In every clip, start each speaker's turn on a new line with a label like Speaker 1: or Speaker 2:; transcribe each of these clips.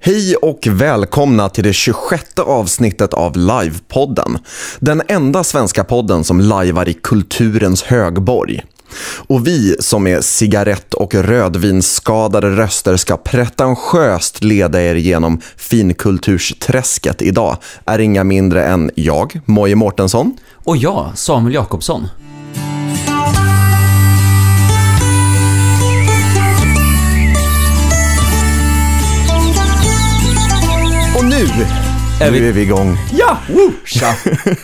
Speaker 1: Hej och välkomna till det 26:e avsnittet av Livepodden. Den enda svenska podden som livear i kulturens högborg. Och vi som är cigarett- och rödvinsskadade röster ska pretentiöst leda er genom finkultursträsket idag är inga mindre än jag, Moje Mårtensson.
Speaker 2: Och jag, Samuel Jakobsson.
Speaker 1: Och nu är vi igång.
Speaker 2: Ja! Tja!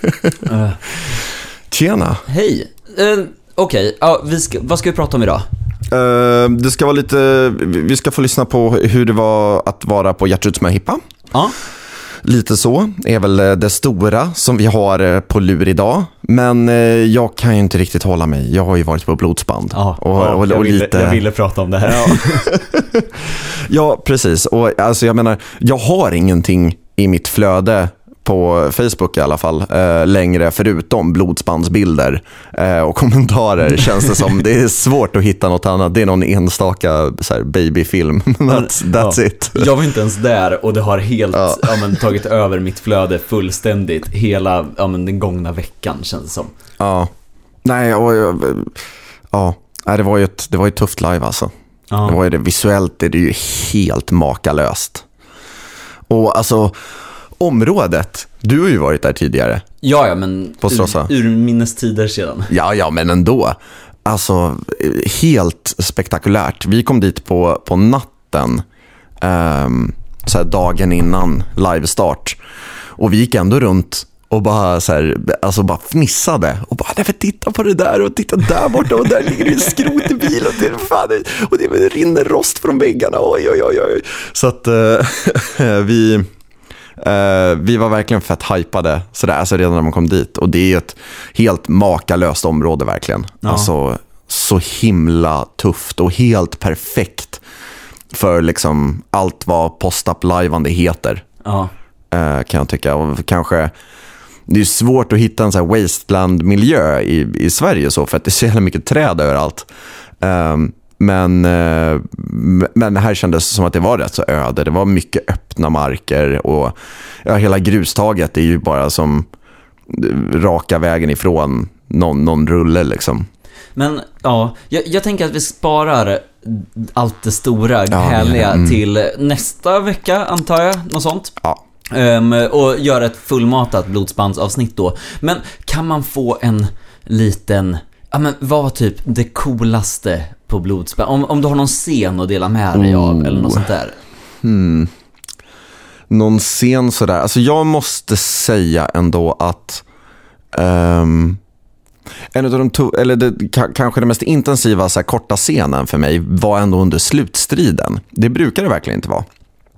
Speaker 1: Tjena.
Speaker 2: Hej. Okej, vad ska vi prata om idag?
Speaker 1: Det ska vara vi ska få lyssna på hur det var att vara på Hjärtruts möhippa.
Speaker 2: Ja.
Speaker 1: Lite så är väl det stora som vi har på lur idag. Men jag kan ju inte riktigt hålla mig. Jag har ju varit på blodsband.
Speaker 2: Ja,
Speaker 1: och
Speaker 2: jag ville prata om det här.
Speaker 1: Ja, ja precis. Och alltså jag menar, jag har ingenting i mitt flöde på Facebook i alla fall längre förutom blodsbandsbilder och kommentarer. Känns det som det är svårt att hitta något annat. Det är någon enstaka så här, babyfilm. That's it.
Speaker 2: Jag var inte ens där och det har helt tagit över mitt flöde fullständigt hela den gångna veckan, känns det som.
Speaker 1: Ja. Nej, det var ju ett tufft live alltså. Ja. Det var ju det, visuellt är det ju helt makalöst. Och alltså området, du har ju varit där tidigare.
Speaker 2: Ja, men ur minnestider sedan.
Speaker 1: Ja, men ändå. Alltså, helt spektakulärt. Vi kom dit på natten, så här dagen innan livestart. Och vi gick ändå runt och bara så här, alltså bara fnissade och bara, nej, titta på det där och titta där borta och där ligger det en skrot i bilen och det rinner rost från väggarna. Oj. Så att vi var verkligen fett hypade sådär, alltså redan när man kom dit. Och det är ett helt makalöst område verkligen. Ja. Alltså så himla tufft och helt perfekt för liksom allt vad post-up-livande heter. Ja. Kan jag tycka. Och kanske det är svårt att hitta en sån här wasteland-miljö i Sverige så, för att det är så jävla mycket träd överallt. Men här kändes det som att det var rätt så öde. Det var mycket öppna marker och hela grustaget är ju bara som raka vägen ifrån någon rulle liksom. Men
Speaker 2: ja, jag tänker att vi sparar allt det stora härliga till nästa vecka, antar jag, något sånt. Ja. Och göra ett fullmatat blodsbandsavsnitt då. Men kan man få en liten... Ja, men vad var typ det coolaste på blodsband? Om du har någon scen att dela med dig av eller något sånt där.
Speaker 1: Någon scen sådär. Alltså jag måste säga ändå att en av kanske den mest intensiva så här, korta scenen för mig var ändå under slutstriden. Det brukar det verkligen inte vara.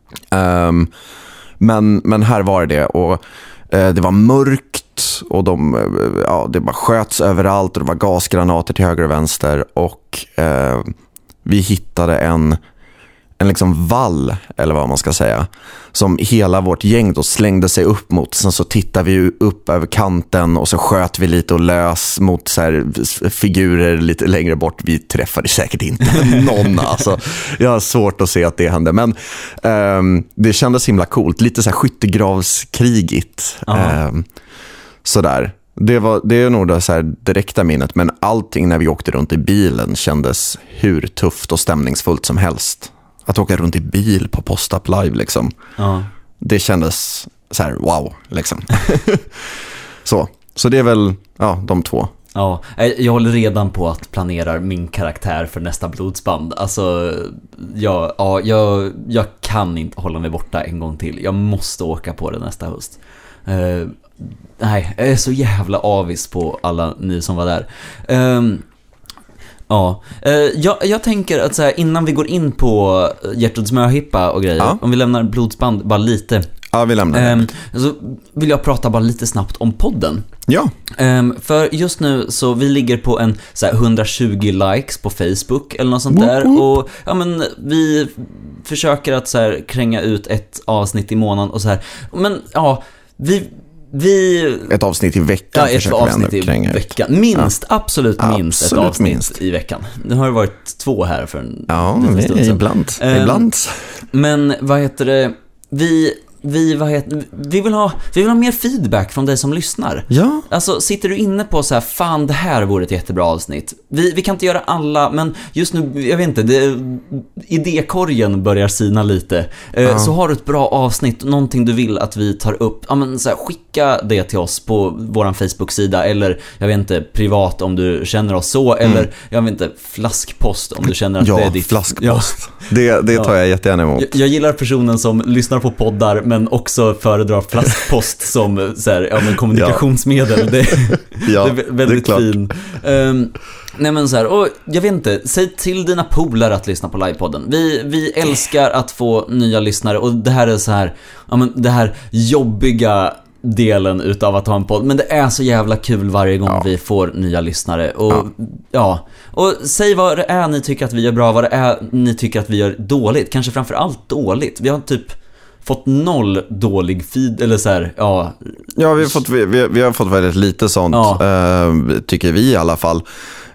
Speaker 1: Men här var det och det var mörkt och det bara sköts överallt och det var gasgranater till höger och vänster och vi hittade en liksom vall, eller vad man ska säga, som hela vårt gäng då slängde sig upp mot. Sen så tittade vi upp över kanten och så sköt vi lite och lös mot så här figurer lite längre bort. Vi träffade säkert inte någon, alltså. Jag har svårt att se att det hände, men det kändes himla coolt, lite så här skyttegravskrigigt. Sådär. Det är nog det så här direkta minnet, men allting när vi åkte runt i bilen kändes hur tufft och stämningsfullt som helst. Att åka runt i bil på Post-Up Live liksom. Det kändes så här wow liksom. Så det är väl de två.
Speaker 2: Ja, jag håller redan på att planera min karaktär för nästa blodsband. Alltså jag kan inte hålla mig borta en gång till. Jag måste åka på det nästa höst. Nej, jag är så jävla avis på alla ni som var där. Jag tänker att så här, innan vi går in på Hjärtruts möhippa och grejer, om vi lämnar blodsband bara lite.
Speaker 1: Ja, vi lämnar det.
Speaker 2: Så vill jag prata bara lite snabbt om podden.
Speaker 1: Ja.
Speaker 2: För just nu så vi ligger på en så här 120 likes på Facebook eller något sånt där. Och vi försöker att så här kränga ut ett avsnitt i månaden och så här. Men vi
Speaker 1: ett avsnitt i veckan.
Speaker 2: Ja, ett avsnitt i veckan. Minst, absolut minst ett avsnitt i veckan. Det har varit 2 här för en
Speaker 1: ibland.
Speaker 2: Men vad heter det? vi vill ha mer feedback från dig som lyssnar.
Speaker 1: Ja.
Speaker 2: Alltså, sitter du inne på så här, fan, det här vore ett jättebra avsnitt. Vi kan inte göra alla, men just nu, jag vet inte, idékorgen börjar sina lite. Så har du ett bra avsnitt, någonting du vill att vi tar upp, ja, men så här, skicka det till oss på våran Facebook-sida, eller jag vet inte, privat om du känner oss så, eller jag vet inte, flaskpost om du känner att det är ditt.
Speaker 1: Flaskpost. Det tar jag jättegärna emot.
Speaker 2: Jag gillar personen som lyssnar på poddar men också föredrar flaskpost som så här, men kommunikationsmedel. Det är väldigt fin. Nej, men så här, och jag vet inte, säg till dina polare att lyssna på livepodden. Vi älskar att få nya lyssnare, och det här är så här, det här jobbiga delen utav att ha en podd, men det är så jävla kul varje gång vi får nya lyssnare. Och och säg vad det är ni tycker att vi gör bra, vad det är ni tycker att vi gör dåligt, kanske framför allt dåligt. Vi har typ fått 0 dålig feed, eller så här,
Speaker 1: vi har fått väldigt lite sånt, tycker vi i alla fall.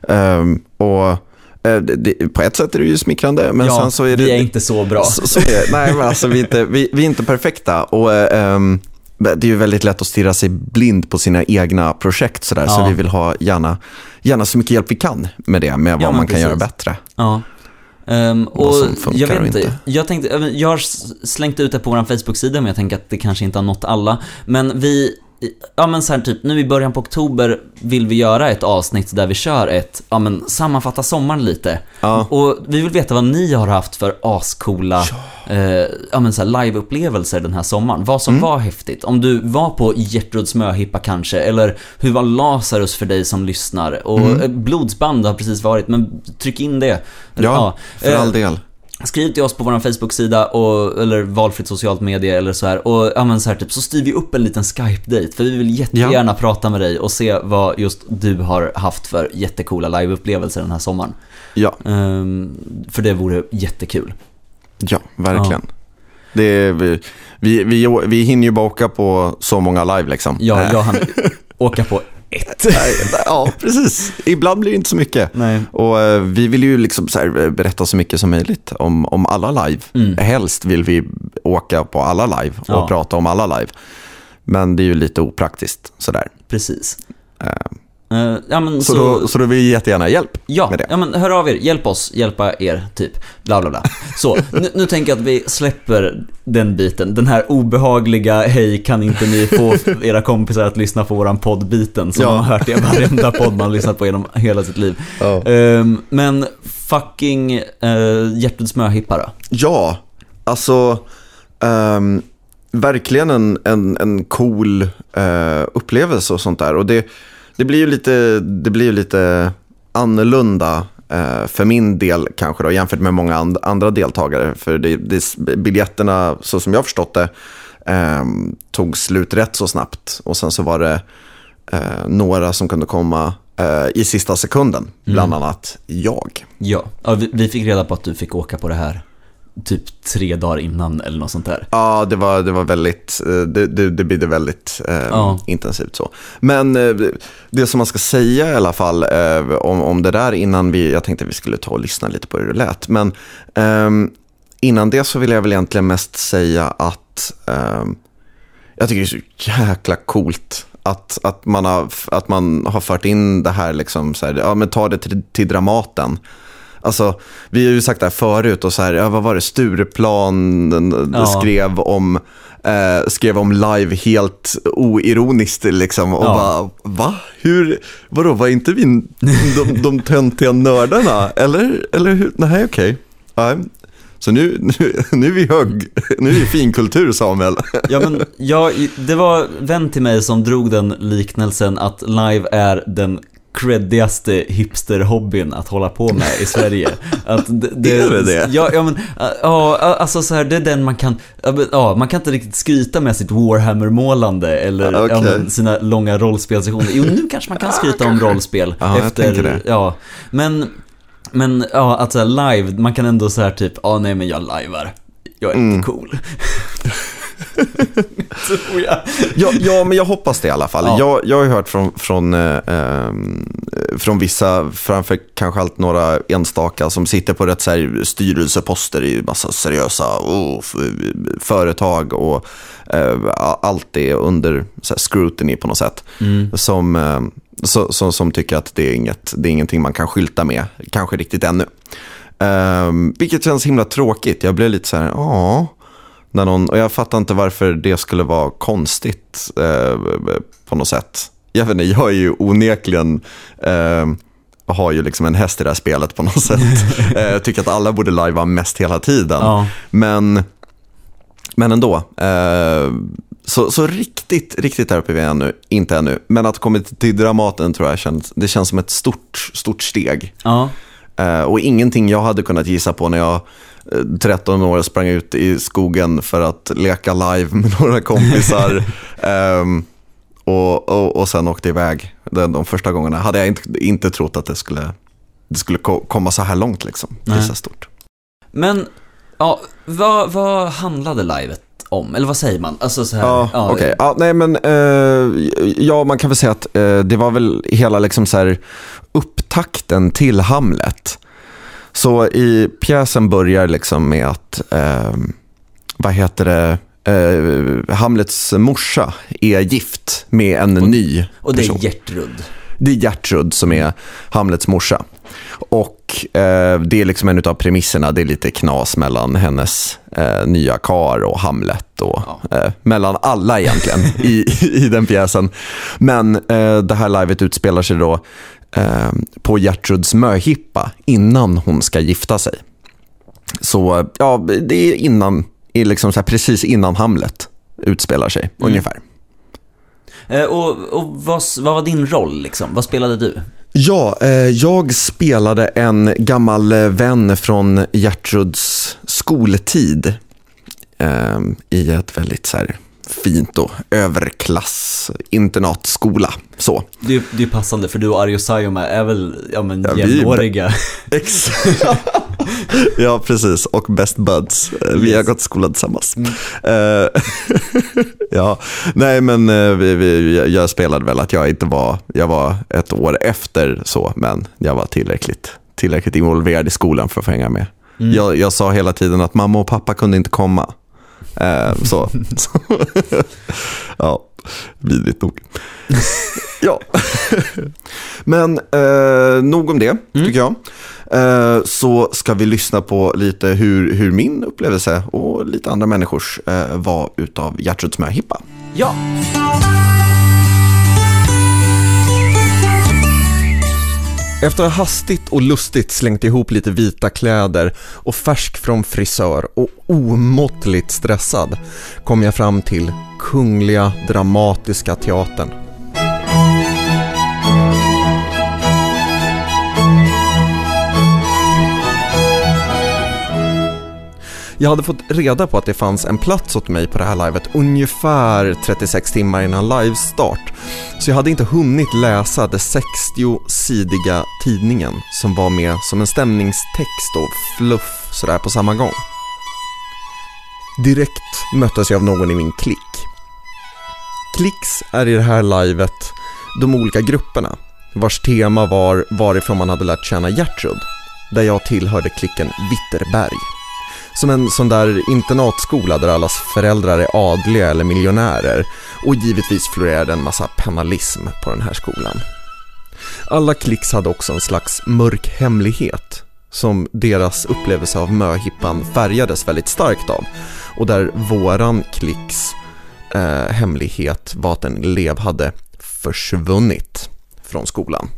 Speaker 1: På ett sätt är det ju smickrande, men sen så är det,
Speaker 2: vi är inte så bra.
Speaker 1: Nej, men alltså vi är inte perfekta, och det är ju väldigt lätt att stirra sig blind på sina egna projekt sådär, så vi vill ha gärna så mycket hjälp vi kan med det, med vad man kan göra bättre.
Speaker 2: Ja. Och jag vet inte, jag har slängt ut det på vår Facebook-sida, men jag tänker att det kanske inte har nått alla. Men men så här, typ nu i början på oktober vill vi göra ett avsnitt där vi kör sammanfatta sommaren lite. Och vi vill veta vad ni har haft för ascoola så här live-upplevelser den här sommaren. Vad som var häftigt. Om du var på Gertruds möhippa kanske, eller hur var Lazarus för dig som lyssnar. Och Blodsband har precis varit, men tryck in det.
Speaker 1: För all del.
Speaker 2: Skriv till oss på vår Facebook-sida eller valfritt socialt medie eller så här, och så här, typ, så styr vi upp en liten Skype-date, för vi vill jättegärna prata med dig och se vad just du har haft för jättekola live-upplevelser den här sommaren. För det vore jättekul. Ja, verkligen. Vi hinner ju bara åka på så många live liksom. Jag hann åka på ett.
Speaker 1: Ja, precis. Ibland blir det inte så mycket.
Speaker 2: Nej.
Speaker 1: Och vi vill ju liksom så här berätta så mycket som möjligt om alla live. Helst vill vi åka på alla live och prata om alla live. Men det är ju lite opraktiskt sådär.
Speaker 2: Precis.
Speaker 1: Så då vill vi jättegärna hjälp med det.
Speaker 2: Ja, men hör av er, hjälp oss, hjälpa er, typ, bla bla bla. Så, nu tänker jag att vi släpper den biten, den här obehagliga, hej, kan inte ni få era kompisar att lyssna på våran poddbiten som man har hört i varenda podd man har lyssnat på genom hela sitt liv. Men fucking Gertruds möhippa då? Ja, alltså verkligen en cool upplevelse och sånt där, och det blir ju lite annorlunda för min del kanske då, jämfört med många andra deltagare, för biljetterna, så som jag förstått det, tog slut rätt så snabbt, och sen så var det några som kunde komma i sista sekunden, bland annat jag. Ja, vi fick reda på att du fick åka på det här typ 3 dagar innan eller något sånt där. Ja, det var väldigt det blev väldigt intensivt så. Men det som man ska säga i alla fall om det där innan jag tänkte att vi skulle ta och lyssna lite på hur det lät. Men innan det så vill jag väl egentligen mest säga att jag tycker det är så jäkla coolt att man har fört in det här liksom så här, men ta det till Dramaten. Alltså, vi har ju sagt det här förut, och så här, vad var det, Stureplan skrev om live helt oironiskt liksom, och bara, va? Vadå, var inte vi de töntiga nördarna? Eller hur? Nej, okej. Så nu är vi finkultur, Samuel. Men det var vän till mig som drog den liknelsen att live är den creddigaste hipsterhobbyn att hålla på med i Sverige. Att det är det. Alltså så här, det är den man kan inte riktigt skryta med sitt Warhammer-målande eller sina långa rollspelsessioner. Jo, nu kanske man kan skryta om rollspel efter men alltså live, man kan ändå så här typ, nej men jag livear. Jag är inte cool. tror jag.
Speaker 1: Ja, men jag hoppas det i alla fall. Ja. Jag har ju hört från vissa, framför kanske allt några enstaka som sitter på rätt så här styrelseposter i massa seriösa företag och allt det under så här scrutiny på något sätt. Som tycker att det är ingenting man kan skylta med, kanske riktigt ännu. Vilket känns himla tråkigt. Jag blev lite så här, och jag fattar inte varför det skulle vara konstigt på något sätt. Jag vet inte, jag är ju onekligen har ju liksom en häst i det här spelet på något sätt. Jag tycker att alla borde lajva mest hela tiden. Ja. Men ändå. Så riktigt där uppe vi är inte ännu. Men att komma till Dramaten tror jag det känns som ett stort steg. Ja. Och ingenting jag hade kunnat gissa på när jag 13 år sprang ut i skogen för att leka live med några kompisar och sen åkte iväg. De första gångerna hade jag inte trott att det skulle komma så här långt liksom. Det är så stort.
Speaker 2: Men vad handlade livet om? Eller vad säger man? Alltså så här,
Speaker 1: okej. Ja, nej men man kan väl säga att det var väl hela liksom så här upptakten till Hamlet. Så i pjäsen börjar liksom med att Hamlets morsa är gift med en ny person.
Speaker 2: Och det är Gertrud.
Speaker 1: Det är Gertrud som är Hamlets morsa. Och det är liksom en av premisserna. Det är lite knas mellan hennes nya kar och Hamlet och mellan alla egentligen i den pjäsen. Men det här livet utspelar sig då på Gertruds möhippa innan hon ska gifta sig. Så det är liksom så här precis innan Hamlet utspelar sig ungefär.
Speaker 2: Och vad var din roll liksom? Vad spelade du?
Speaker 1: Ja, jag spelade en gammal vän från Gertruds skoltid i ett väldigt så här fint och överklass internatskola. Så.
Speaker 2: Det är passande för du och Arjo Saijonmaa är väl jämnåriga.
Speaker 1: Ja, precis. Och best buds. Vi har gått skolan tillsammans. Ja, nej men jag spelade väl att jag var ett år efter så, men jag var tillräckligt involverad i skolan för att få hänga med. Jag sa hela tiden att mamma och pappa kunde inte komma. Så. Ja, vidrigt nog. Ja. Men nog om det, tycker jag. Så ska vi lyssna på lite hur min upplevelse och lite andra människors var utav Gertruds möhippa.
Speaker 2: Ja.
Speaker 1: Efter att hastigt och lustigt slängt ihop lite vita kläder och färsk från frisör och omåttligt stressad kom jag fram till Kungliga Dramatiska Teatern. Jag hade fått reda på att det fanns en plats åt mig på det här livet ungefär 36 timmar innan livestart. Så jag hade inte hunnit läsa det 60-sidiga tidningen som var med som en stämningstext och fluff sådär på samma gång. Direkt möttes jag av någon i min klick. Klicks är i det här livet de olika grupperna vars tema var varifrån man hade lärt känna Gertrud, där jag tillhörde klicken Witterberg. Som en sån där internatskola där allas föräldrar är adliga eller miljonärer, och givetvis florerade en massa penalism på den här skolan. Alla klicks hade också en slags mörk hemlighet som deras upplevelse av möhippan färgades väldigt starkt av, och där våran klicks hemlighet var att en elev hade försvunnit från skolan.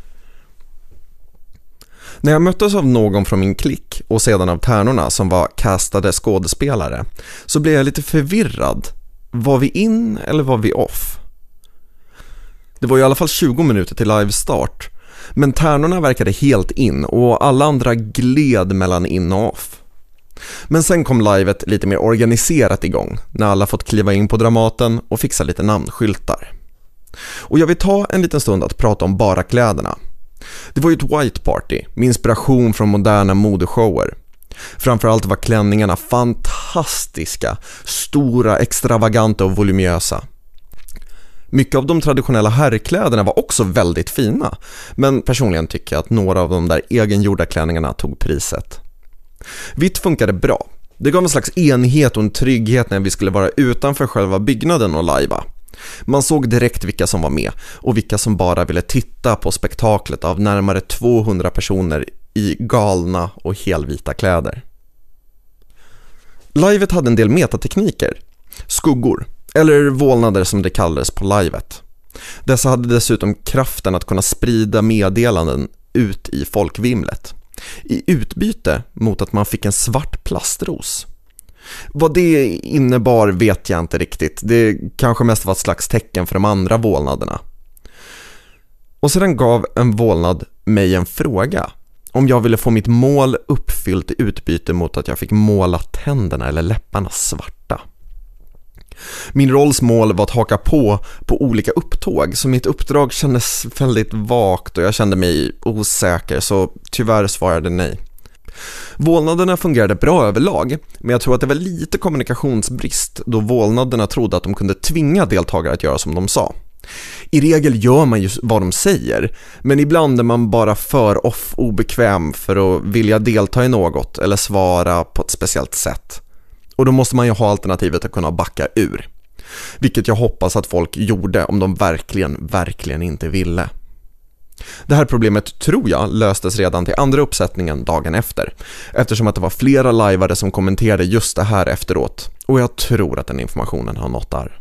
Speaker 1: När jag möttes av någon från min klick och sedan av tärnorna som var castade skådespelare så blev jag lite förvirrad. Var vi in eller var vi off? Det var i alla fall 20 minuter till livestart, men tärnorna verkade helt in och alla andra gled mellan in och off. Men sen kom livet lite mer organiserat igång när alla fått kliva in på Dramaten och fixa lite namnskyltar. Och jag vill ta en liten stund att prata om bara kläderna. Det var ju ett white party med inspiration från moderna modeshower. Framförallt var klänningarna fantastiska, stora, extravaganta och voluminösa. Mycket av de traditionella herrkläderna var också väldigt fina, men personligen tycker jag att några av de där egengjorda klänningarna tog priset. Vitt funkade bra. Det gav en slags enhet och en trygghet när vi skulle vara utanför själva byggnaden och lajva. Man såg direkt vilka som var med och vilka som bara ville titta på spektaklet av närmare 200 personer i galna och helvita kläder. Livet hade en del metatekniker, skuggor, eller vålnader som det kallades på livet. Dessa hade dessutom kraften att kunna sprida meddelanden ut i folkvimlet, i utbyte mot att man fick en svart plastros. Vad det innebar vet jag inte riktigt. Det kanske mest var ett slags tecken för de andra vålnaderna. Och sedan gav en vålnad mig en fråga. Om jag ville få mitt mål uppfyllt i utbyte mot att jag fick måla tänderna eller läpparna svarta. Min rolls mål var att haka på olika upptåg, så mitt uppdrag kändes väldigt vagt och jag kände mig osäker, så tyvärr svarade nej. Vålnaderna fungerade bra överlag, men jag tror att det var lite kommunikationsbrist då vålnaderna trodde att de kunde tvinga deltagare att göra som de sa. I regel gör man ju vad de säger, men ibland är man bara för obekväm för att vilja delta i något eller svara på ett speciellt sätt. Och då måste man ju ha alternativet att kunna backa ur. Vilket jag hoppas att folk gjorde om de verkligen inte ville. Det här problemet tror jag löstes redan till andra uppsättningen dagen efter, eftersom att det var flera lajvare som kommenterade just det här efteråt, och jag tror att den informationen har nått där.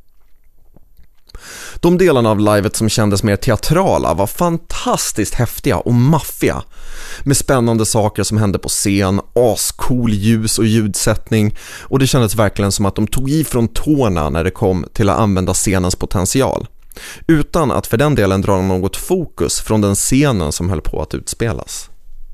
Speaker 1: De delarna av livet som kändes mer teatrala var fantastiskt häftiga och maffiga, med spännande saker som hände på scen, ascool ljus och ljudsättning, och det kändes verkligen som att de tog ifrån tårna när det kom till att använda scenens potential, utan att för den delen dra något fokus från den scenen som höll på att utspelas.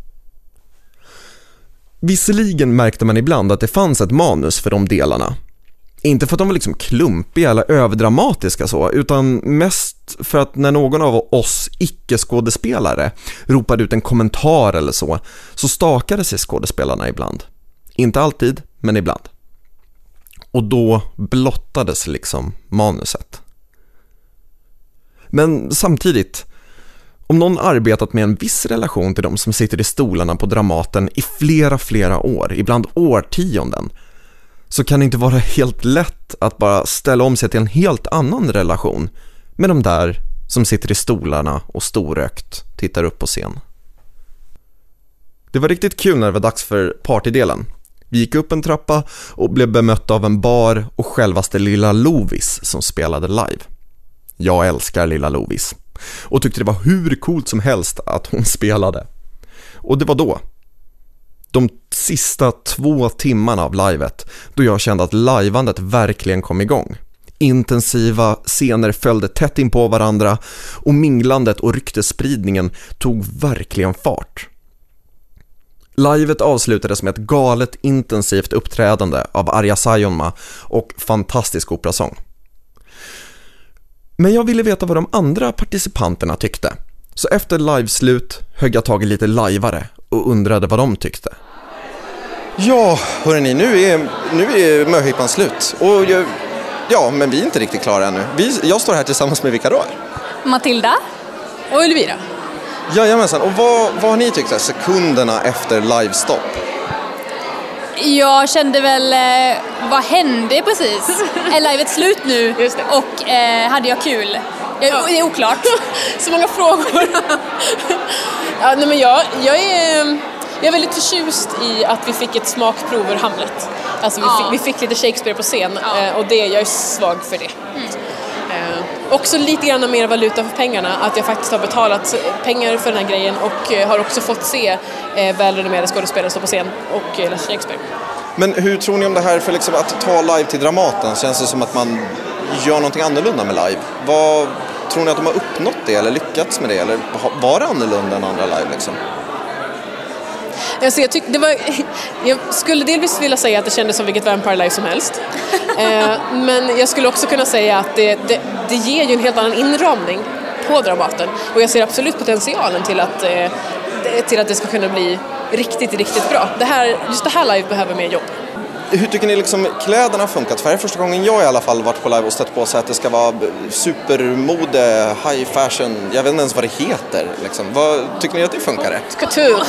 Speaker 1: Visserligen märkte man ibland att det fanns ett manus för de delarna. Inte för att de var liksom klumpiga eller överdramatiska så, utan mest för att när någon av oss icke-skådespelare ropade ut en kommentar eller så stakade sig skådespelarna ibland. Inte alltid, men ibland. Och då blottades liksom manuset. Men samtidigt, om någon arbetat med en viss relation till de som sitter i stolarna på Dramaten i flera år, ibland årtionden, så kan det inte vara helt lätt att bara ställa om sig till en helt annan relation med de där som sitter i stolarna och storökt tittar upp på scen. Det var riktigt kul när det var dags för partydelen. Vi gick upp en trappa och blev bemötta av en bar och självaste Lilla Lovis som spelade live. Jag älskar Lilla Lovis och tyckte det var hur coolt som helst att hon spelade. Och det var då, de sista 2 timmarna av livet, då jag kände att liveandet verkligen kom igång. Intensiva scener följde tätt in på varandra och minglandet och ryktespridningen tog verkligen fart. Livet avslutades med ett galet intensivt uppträdande av Arja Saijonmaa och fantastisk operasång. Men jag ville veta vad de andra participanterna tyckte. Så efter liveslut högg jag tag i lite lajvare och undrade vad de tyckte. Ja, hörrni, nu är möhippan slut. Och men vi är inte riktigt klara ännu. Jag står här tillsammans med vilka då?
Speaker 3: Matilda och Elvira.
Speaker 1: Jajamensan, och vad har ni tyckt här sekunderna efter livestopp?
Speaker 3: Jag kände väl, vad hände precis? Är livet slut nu?
Speaker 4: Just det.
Speaker 3: Och hade jag kul? Det är oklart.
Speaker 4: Så många frågor. Ja, nej, men jag är väldigt förtjust i att vi fick ett smakprov ur Hamlet. Alltså vi fick lite Shakespeare på scen, och jag är svag för det. Också lite grann mer valuta för pengarna, att jag faktiskt har betalat pengar för den här grejen och har också fått se välrenommerade skådespelare stå på scen och läsa Shakespeare.
Speaker 1: Men hur tror ni om det här för liksom att ta live till Dramaten? Känns det som att man gör någonting annorlunda med live? Vad tror ni att de har uppnått det eller lyckats med det? Eller var det annorlunda än andra live liksom?
Speaker 4: Alltså jag skulle delvis vilja säga att det kändes som vilket Vampire Live som helst. Men jag skulle också kunna säga att det ger ju en helt annan inramning på Dramaten. Och jag ser absolut potentialen till att det ska kunna bli riktigt, riktigt bra. Just det här live behöver mer jobb.
Speaker 1: Hur tycker ni liksom kläderna har funkat? För det är första gången jag i alla fall varit på live och stött på så att det ska vara supermode, high fashion. Jag vet inte ens vad det heter. Liksom. Vad tycker ni att det funkar?
Speaker 4: Couture.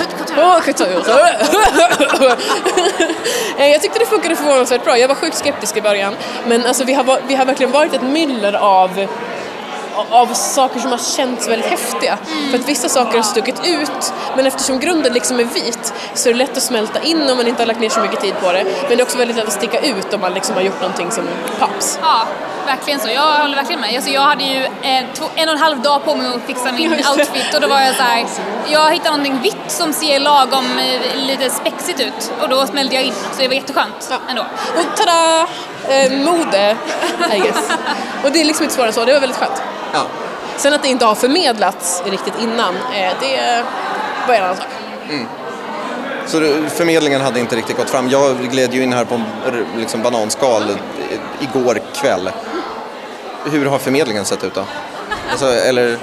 Speaker 4: Jag tyckte det funkade förvånansvärt bra. Jag var sjukt skeptisk i början. Men alltså, vi har verkligen varit ett myller av saker som har känts väldigt häftiga. För att vissa saker har stuckit ut, men eftersom grunden liksom är vit så är det lätt att smälta in om man inte har lagt ner så mycket tid på det. Men det är också väldigt lätt att sticka ut om man liksom har gjort någonting som pops.
Speaker 5: Ja, verkligen så. Jag håller verkligen med. Alltså, jag hade ju 1,5 dag på mig att fixa min outfit och då var jag så här, jag hittade någonting vitt som ser lagom lite spexigt ut och då smällde jag in. Så det var jätteskönt ändå.
Speaker 4: Och tada! Mode, I guess. Och det är liksom inte svårare så, det var väldigt skönt.
Speaker 1: Ja.
Speaker 4: Sen att det inte har förmedlats riktigt innan, det var en annan sak.
Speaker 1: Så förmedlingen hade inte riktigt gått fram. Jag gled ju in här på liksom bananskal igår kväll. Hur har förmedlingen sett ut då? Alltså, eller...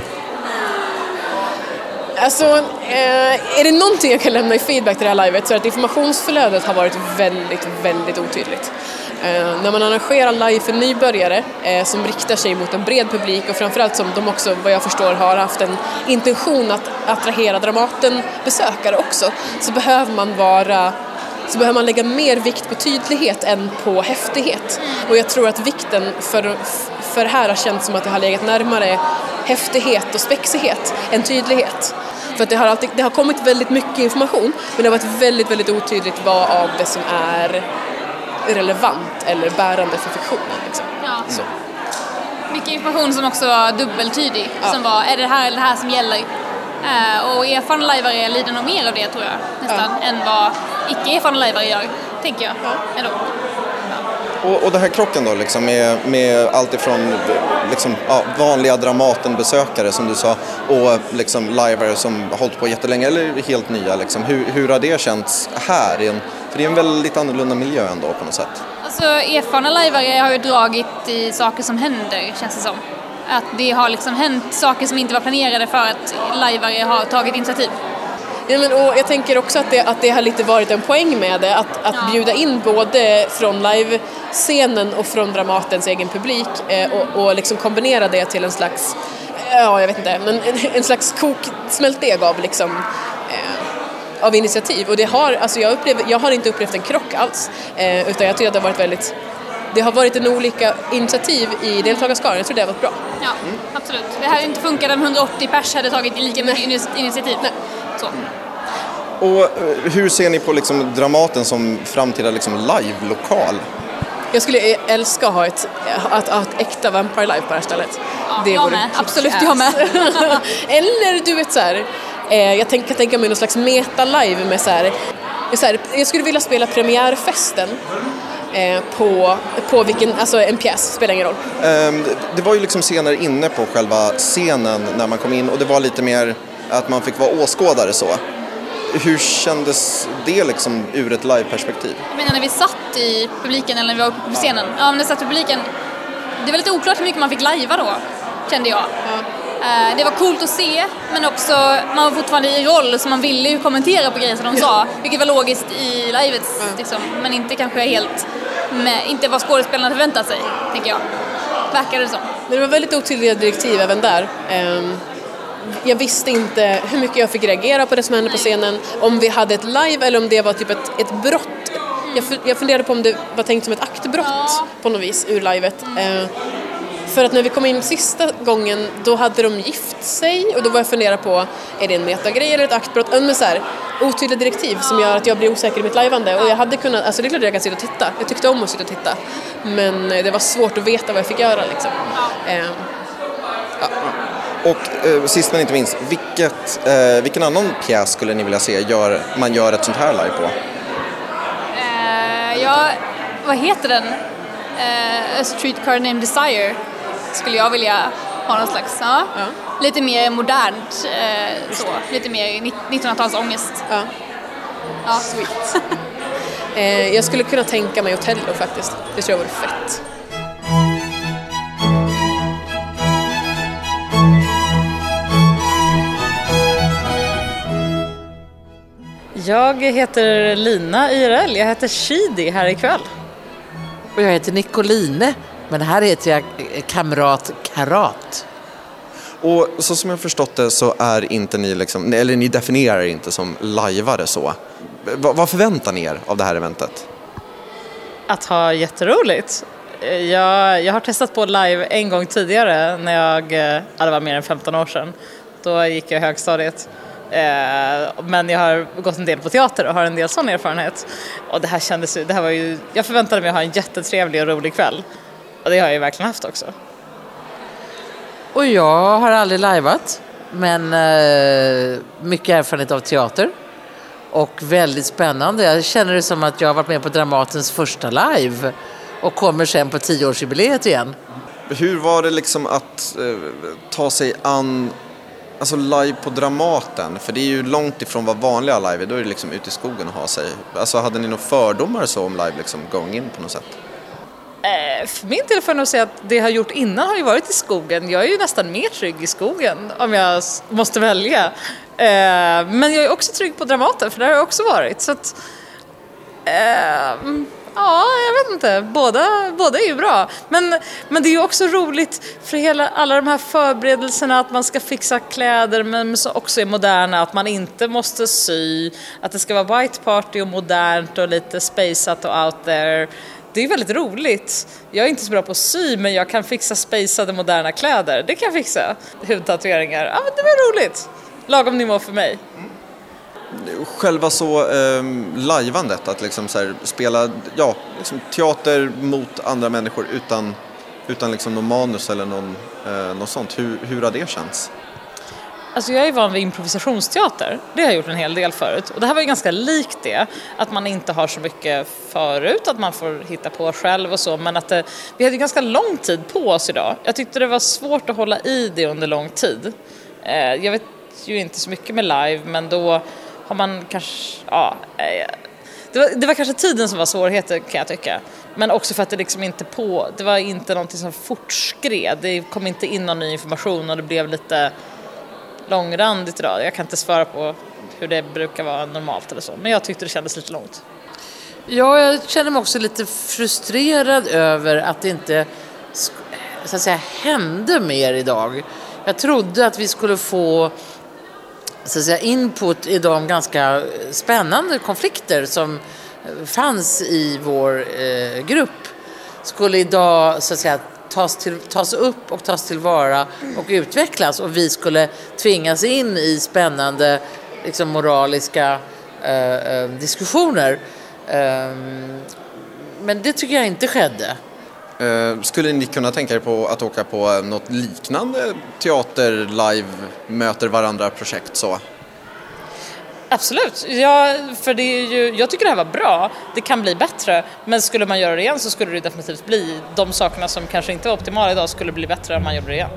Speaker 4: Alltså, är det någonting jag kan lämna i feedback till det här livet så är att informationsflödet har varit väldigt, väldigt otydligt. När man arrangerar live för nybörjare som riktar sig mot en bred publik och framförallt som de också, vad jag förstår, har haft en intention att attrahera Dramaten-besökare också, så behöver man lägga mer vikt på tydlighet än på häftighet. Och jag tror att vikten för här har känts som att det har legat närmare häftighet och spexighet än tydlighet. För att det har kommit väldigt mycket information, men det har varit väldigt, väldigt otydligt vad av det som är relevant eller bärande för fiktionen. Liksom.
Speaker 5: Ja. Så. Mycket information som också var dubbeltydig. Ja. Som var, är det här eller det här som gäller? Och erfarna lajvare lider nog mer av det, tror jag. Nästan, än vad icke-erfarna lajvare gör, tänker jag. Ändå.
Speaker 1: Och det här krocken då, liksom, med allt ifrån liksom, vanliga Dramaten-besökare som du sa och liksom, livare som har hållit på jättelänge eller helt nya. Liksom. Hur har det känts här? För det är en väldigt annorlunda miljö ändå på något sätt.
Speaker 5: Alltså erfarna lajvare har ju dragit i saker som händer, känns det som. Att det har liksom hänt saker som inte var planerade för att lajvare har tagit initiativ.
Speaker 4: Ja, men, och jag tänker också att det har lite varit en poäng med det, att bjuda in både från livescenen och från Dramatens egen publik och liksom kombinera det till en slags, jag vet inte, men en slags koksmältdeg av liksom av initiativ. Och det har, alltså jag har inte upplevt en krock alls, utan jag tycker att det har varit en olika initiativ i deltagarskaran. Jag tror det har varit bra.
Speaker 5: Ja, absolut. Det hade inte funkat om 180 pers hade tagit lika mycket initiativ.
Speaker 4: Nej.
Speaker 5: Så.
Speaker 1: Och hur ser ni på liksom Dramaten som framtida liksom live-lokal?
Speaker 4: Jag skulle älska att ha ett äkta Vampire Live på det här stället.
Speaker 5: Ja,
Speaker 4: det
Speaker 5: jag med. Absolut, jag med.
Speaker 4: Eller du vet så här, jag kan tänka mig någon slags meta-live med så här, jag skulle vilja spela premiärfesten på vilken, alltså en pjäs, spelar ingen roll.
Speaker 1: Det var ju liksom senare inne på själva scenen när man kom in och det var lite mer att man fick vara åskådare så. Hur kändes det liksom ur ett live-perspektiv?
Speaker 5: Jag menar när vi satt i publiken eller när vi var uppe på scenen. Ja, men när vi satt i publiken, det var lite oklart hur mycket man fick lajva då, kände jag. Det var coolt att se, men också man var fortfarande i roll så man ville ju kommentera på grejer som de sa, vilket var logiskt i livet liksom, men inte kanske helt inte vad skådespelarna förväntat sig, tänker jag. Verkade det som.
Speaker 4: Men det var väldigt otydliga direktiv även där. Jag visste inte hur mycket jag fick reagera på det som hände på scenen, om vi hade ett live eller om det var typ ett brott. Jag funderade på om det var tänkt som ett aktbrott på något vis ur livet. För att när vi kom in sista gången, då hade de gift sig och då var jag fundera på, är det en metagrej eller ett aktbrott? Men så här, otydliga direktiv som gör att jag blir osäker i mitt lajvande. Och jag hade kunnat, alltså det är klart att jag kan sitta och titta. Jag tyckte om att sitta och titta. Men det var svårt att veta vad jag fick göra liksom.
Speaker 1: Och sist men inte minst, vilken annan pjäs skulle ni vilja se man gör ett sånt här live på?
Speaker 5: Vad heter den? A Streetcar Named Desire skulle jag vilja ha någon slags, lite mer modernt, så, lite mer 1900-tals ångest.
Speaker 4: Ja. Sweet. Jag skulle kunna tänka mig Otello faktiskt. Det tror jag vore fett.
Speaker 6: Jag heter Lina IRL, jag heter Shidi här ikväll.
Speaker 7: Och jag heter Nicoline, men här heter jag Kamrat Karat.
Speaker 1: Och så som jag förstått det så är inte ni liksom, eller ni definierar inte som lajvare så. Vad förväntar ni er av det här eventet?
Speaker 6: Att ha jätteroligt. Jag har testat på live en gång tidigare när det var mer än 15 år sedan. Då gick jag i högstadiet. Men jag har gått en del på teater och har en del sån erfarenhet. Och jag förväntade mig att ha en jättetrevlig och rolig kväll. Och det har jag ju verkligen haft också.
Speaker 7: Och jag har aldrig lajvat, men mycket erfarenhet av teater. Och väldigt spännande. Jag känner det som att jag har varit med på Dramatens första live och kommer sen på 10-årsjubileet igen.
Speaker 1: Hur var det liksom att ta sig an alltså live på Dramaten? För det är ju långt ifrån vad vanliga live är. Då är det liksom ute i skogen att ha sig. Alltså hade ni några fördomar så om live liksom going in på något sätt?
Speaker 6: För min del får jag nog säga att det jag har gjort innan har ju varit i skogen. Jag är ju nästan mer trygg i skogen om jag måste välja. Men jag är också trygg på Dramaten, för där har jag också varit. Så att, ja, jag vet inte. Båda är ju bra. Men det är ju också roligt för alla de här förberedelserna, att man ska fixa kläder men som också är moderna, att man inte måste sy, att det ska vara white party och modernt och lite spaceat och out there. Det är väldigt roligt. Jag är inte så bra på att sy, men jag kan fixa spacade moderna kläder. Det kan jag fixa. Hudtatueringar. Ja, men det var roligt. Lagom nivå för mig.
Speaker 1: Själva så lajvandet, att liksom så här, spela liksom teater mot andra människor utan liksom någon manus eller något sånt. Hur har det känts?
Speaker 6: Alltså jag är van vid improvisationsteater. Det har jag gjort en hel del förut. Och det här var ju ganska likt det. Att man inte har så mycket förut. Att man får hitta på själv och så. Men att vi hade ganska lång tid på oss idag. Jag tyckte det var svårt att hålla i det under lång tid. Jag vet ju inte så mycket med live. Men då har man kanske... Ja, det var kanske tiden som var svårigheter, kan jag tycka. Men också för att det liksom inte det var inte någonting som fortskred. Det kom inte in någon ny information och det blev lite långrandigt idag. Jag kan inte svara på hur det brukar vara normalt eller så. Men jag tyckte det kändes lite långt.
Speaker 7: Ja, jag känner mig också lite frustrerad över att det inte så att säga hände mer idag. Jag trodde att vi skulle få så att säga input i de ganska spännande konflikter som fanns i vår grupp. Skulle idag så att säga tas upp och tas tillvara och utvecklas, och vi skulle tvingas in i spännande liksom moraliska diskussioner. Men det tycker jag inte skedde.
Speaker 1: Skulle ni kunna tänka er på att åka på något liknande teater, live, möter varandra projekt så?
Speaker 6: Absolut, för det är ju, jag tycker det här var bra. Det kan bli bättre, men skulle man göra det igen så skulle det definitivt bli de sakerna som kanske inte var optimala idag skulle bli bättre om man gjorde det igen.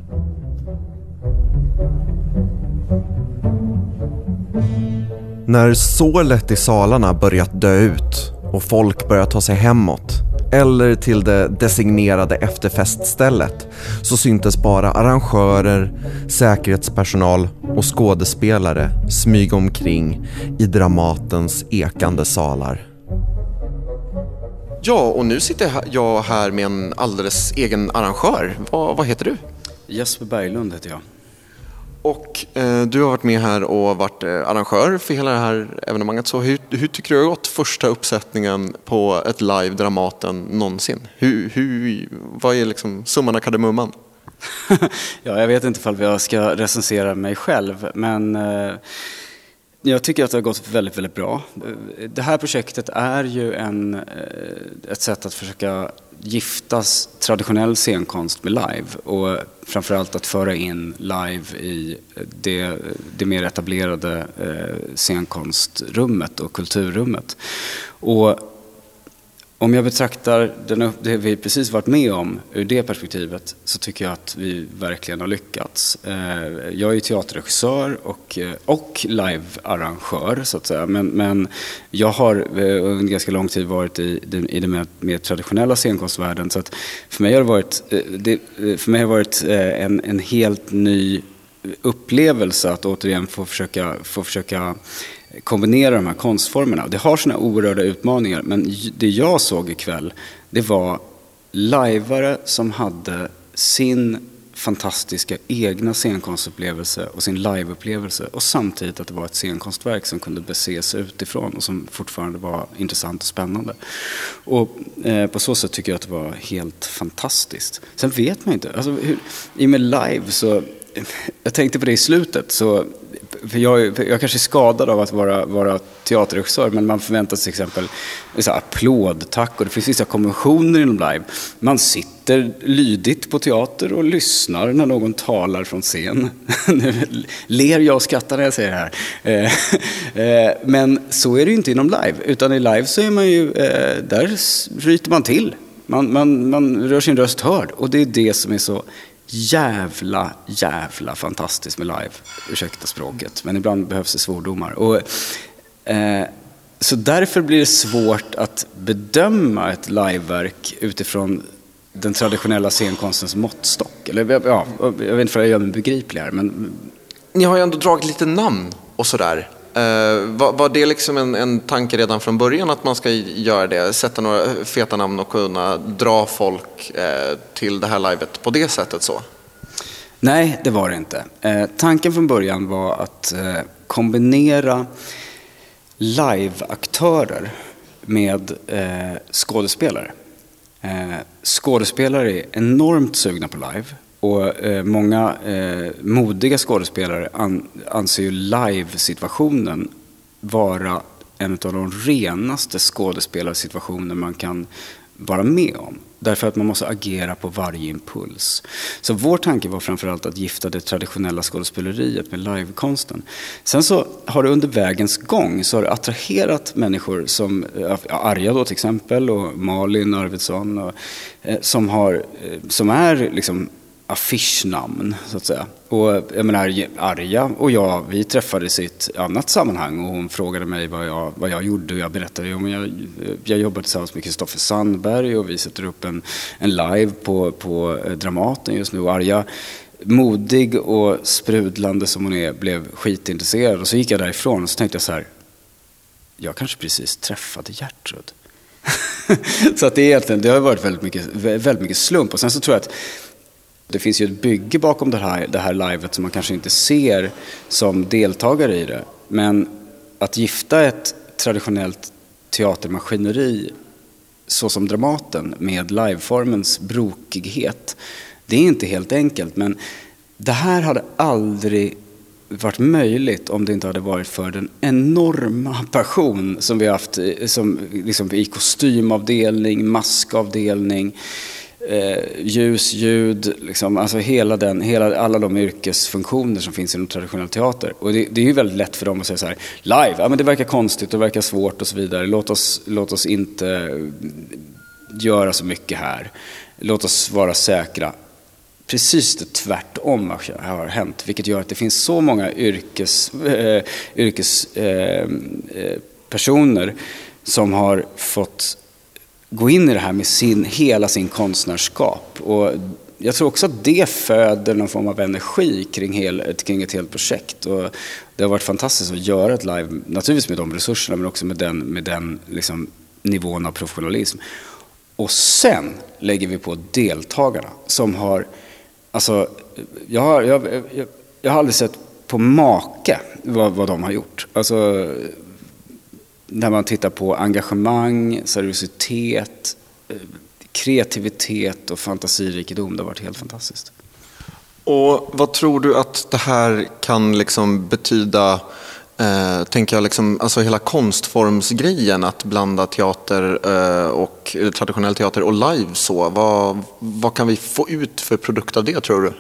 Speaker 1: När sålet i salarna börjat dö ut och folk börjar ta sig hemåt eller till det designerade efterfeststället, så syntes bara arrangörer, säkerhetspersonal och skådespelare smyga omkring i Dramatens ekande salar. Ja, och nu sitter jag här med en alldeles egen arrangör. Vad heter du?
Speaker 8: Jesper Berglund heter jag.
Speaker 1: Och du har varit med här och varit arrangör för hela det här evenemanget. Så hur tycker du har gått första uppsättningen på ett live Dramaten någonsin? Vad är liksom summan av kardemumman?
Speaker 8: Ja, jag vet inte ifall jag ska recensera mig själv, men jag tycker att det har gått väldigt, väldigt bra. Det här projektet är ju ett sätt att försöka giftas traditionell scenkonst med live, och framförallt att föra in live i det mer etablerade scenkonstrummet och kulturrummet. Och om jag betraktar det vi precis varit med om ur det perspektivet, så tycker jag att vi verkligen har lyckats. Jag är teaterregissör och live-arrangör så att säga, men jag har under ganska lång tid varit i den mer traditionella scenkonstvärlden, så att för mig har det varit en helt ny upplevelse att återigen få försöka kombinera de här konstformerna. Det har sina oerhörda utmaningar, men det jag såg ikväll, det var lajvare som hade sin fantastiska egna scenkonstupplevelse och sin liveupplevelse, och samtidigt att det var ett scenkonstverk som kunde beses utifrån och som fortfarande var intressant och spännande. Och på så sätt tycker jag att det var helt fantastiskt. Sen vet man inte, alltså, i och med live så, jag tänkte på det i slutet, så för jag kanske är skadad av att vara teaterregissör, men man förväntar sig till exempel applådtack, och det finns vissa konventioner inom live. Man sitter lydigt på teater och lyssnar när någon talar från scen. Ler jag och skrattar när jag säger det här. Men så är det ju inte inom live, utan i live så är man ju, där ryter man till. Man rör sin röst hörd, och det är det som är så jävla fantastiskt med live. Ursäkta språket, men ibland behövs det svordomar. Och, så därför blir det svårt att bedöma ett liveverk utifrån den traditionella scenkonstens måttstock. Eller, ja, jag vet inte om jag gör mig begriplig här, men...
Speaker 1: Ni har ju ändå dragit lite namn och sådär. Var det liksom en tanke redan från början att man ska göra det? Sätta några feta namn och kunna dra folk till det här livet på det sättet så?
Speaker 8: Nej, det var det inte. Tanken från början var att kombinera live-aktörer med skådespelare. Skådespelare är enormt sugna på live. Och många modiga skådespelare anser ju live-situationen vara en av de renaste skådespelarsituationer man kan vara med om. Därför att man måste agera på varje impuls. Så vår tanke var framförallt att gifta det traditionella skådespeleriet med livekonsten. Sen så har det under vägens gång så har det attraherat människor som Arja då till exempel, och Malin Arvidsson, och, som är liksom affischnamn så att säga. Och jag menar, Arja och vi träffades i ett annat sammanhang, och hon frågade mig vad jag gjorde, och jag berättade om jag jobbar tillsammans med Kristoffer Sandberg, och vi sätter upp en live på Dramaten just nu. Och Arja, modig och sprudlande som hon är, blev skitintresserad, och så gick jag därifrån och så tänkte jag så här: jag kanske precis träffade Gertrud. Så att det har varit väldigt mycket slump. Och sen så tror jag att det finns ju ett bygge bakom det här livet som man kanske inte ser som deltagare i det. Men att gifta ett traditionellt teatermaskineri så som Dramaten med liveformens brokighet, det är inte helt enkelt. Men det här hade aldrig varit möjligt om det inte hade varit för den enorma passion som vi har haft som, liksom, i kostymavdelning, maskavdelning, ljus, ljud, liksom, alltså alla de yrkesfunktioner som finns inom traditionell teater. Och det är ju väldigt lätt för dem att säga så här: live, ja men det verkar konstigt, det verkar svårt och så vidare. Låt oss inte göra så mycket här. Låt oss vara säkra. Precis det tvärtom har hänt, vilket gör att det finns så många yrkespersoner som har fått gå in i det här med hela sin konstnärskap. Och jag tror också att det föder någon form av energi kring ett helt projekt. Och det har varit fantastiskt att göra ett live, naturligtvis med de resurserna, men också med den liksom, nivån av professionalism. Och sen lägger vi på deltagarna som har, alltså, jag har aldrig sett på make vad de har gjort. Alltså, när man tittar på engagemang, seriositet, kreativitet och fantasirikedom, det har varit helt fantastiskt.
Speaker 1: Och vad tror du att det här kan liksom betyda, tänker jag, liksom, alltså hela konstformsgrejen, att blanda teater och traditionell teater och live så. Vad kan vi få ut för produkt av det, tror du?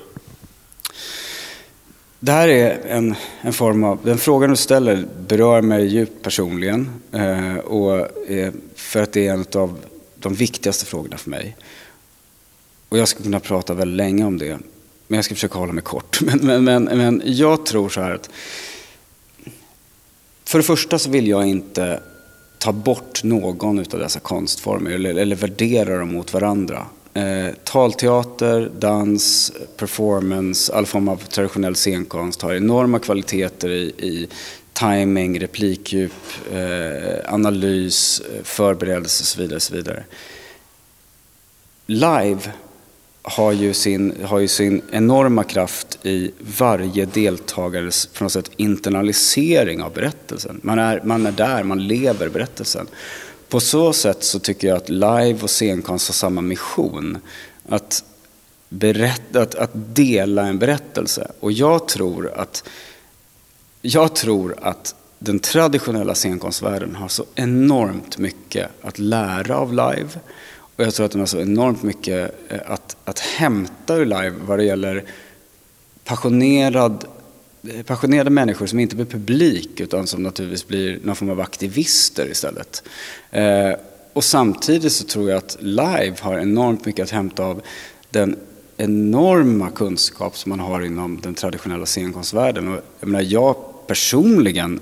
Speaker 8: Det här är en form av, den frågan du ställer berör mig djupt personligen, och för att det är en av de viktigaste frågorna för mig. Och jag ska kunna prata väldigt länge om det, men jag ska försöka hålla mig kort. Men jag tror så här att för det första så vill jag inte ta bort någon av dessa konstformer eller värdera dem mot varandra. Talteater, dans, performance, all form av traditionell scenkonst har enorma kvaliteter timing, replikdjup, analys, förberedelse och så vidare. Live har ju sin enorma kraft i varje deltagares på något sätt internalisering av berättelsen. Man är där, man lever berättelsen. På så sätt så tycker jag att live och scenkonst har samma mission. Att dela en berättelse. Och jag tror att den traditionella scenkonstvärlden har så enormt mycket att lära av live. Och jag tror att den har så enormt mycket att hämta ur live vad det gäller passionerade människor som inte blir publik utan som naturligtvis blir någon form av aktivister istället. Och samtidigt så tror jag att live har enormt mycket att hämta av den enorma kunskap som man har inom den traditionella scenkonstvärlden. Och jag personligen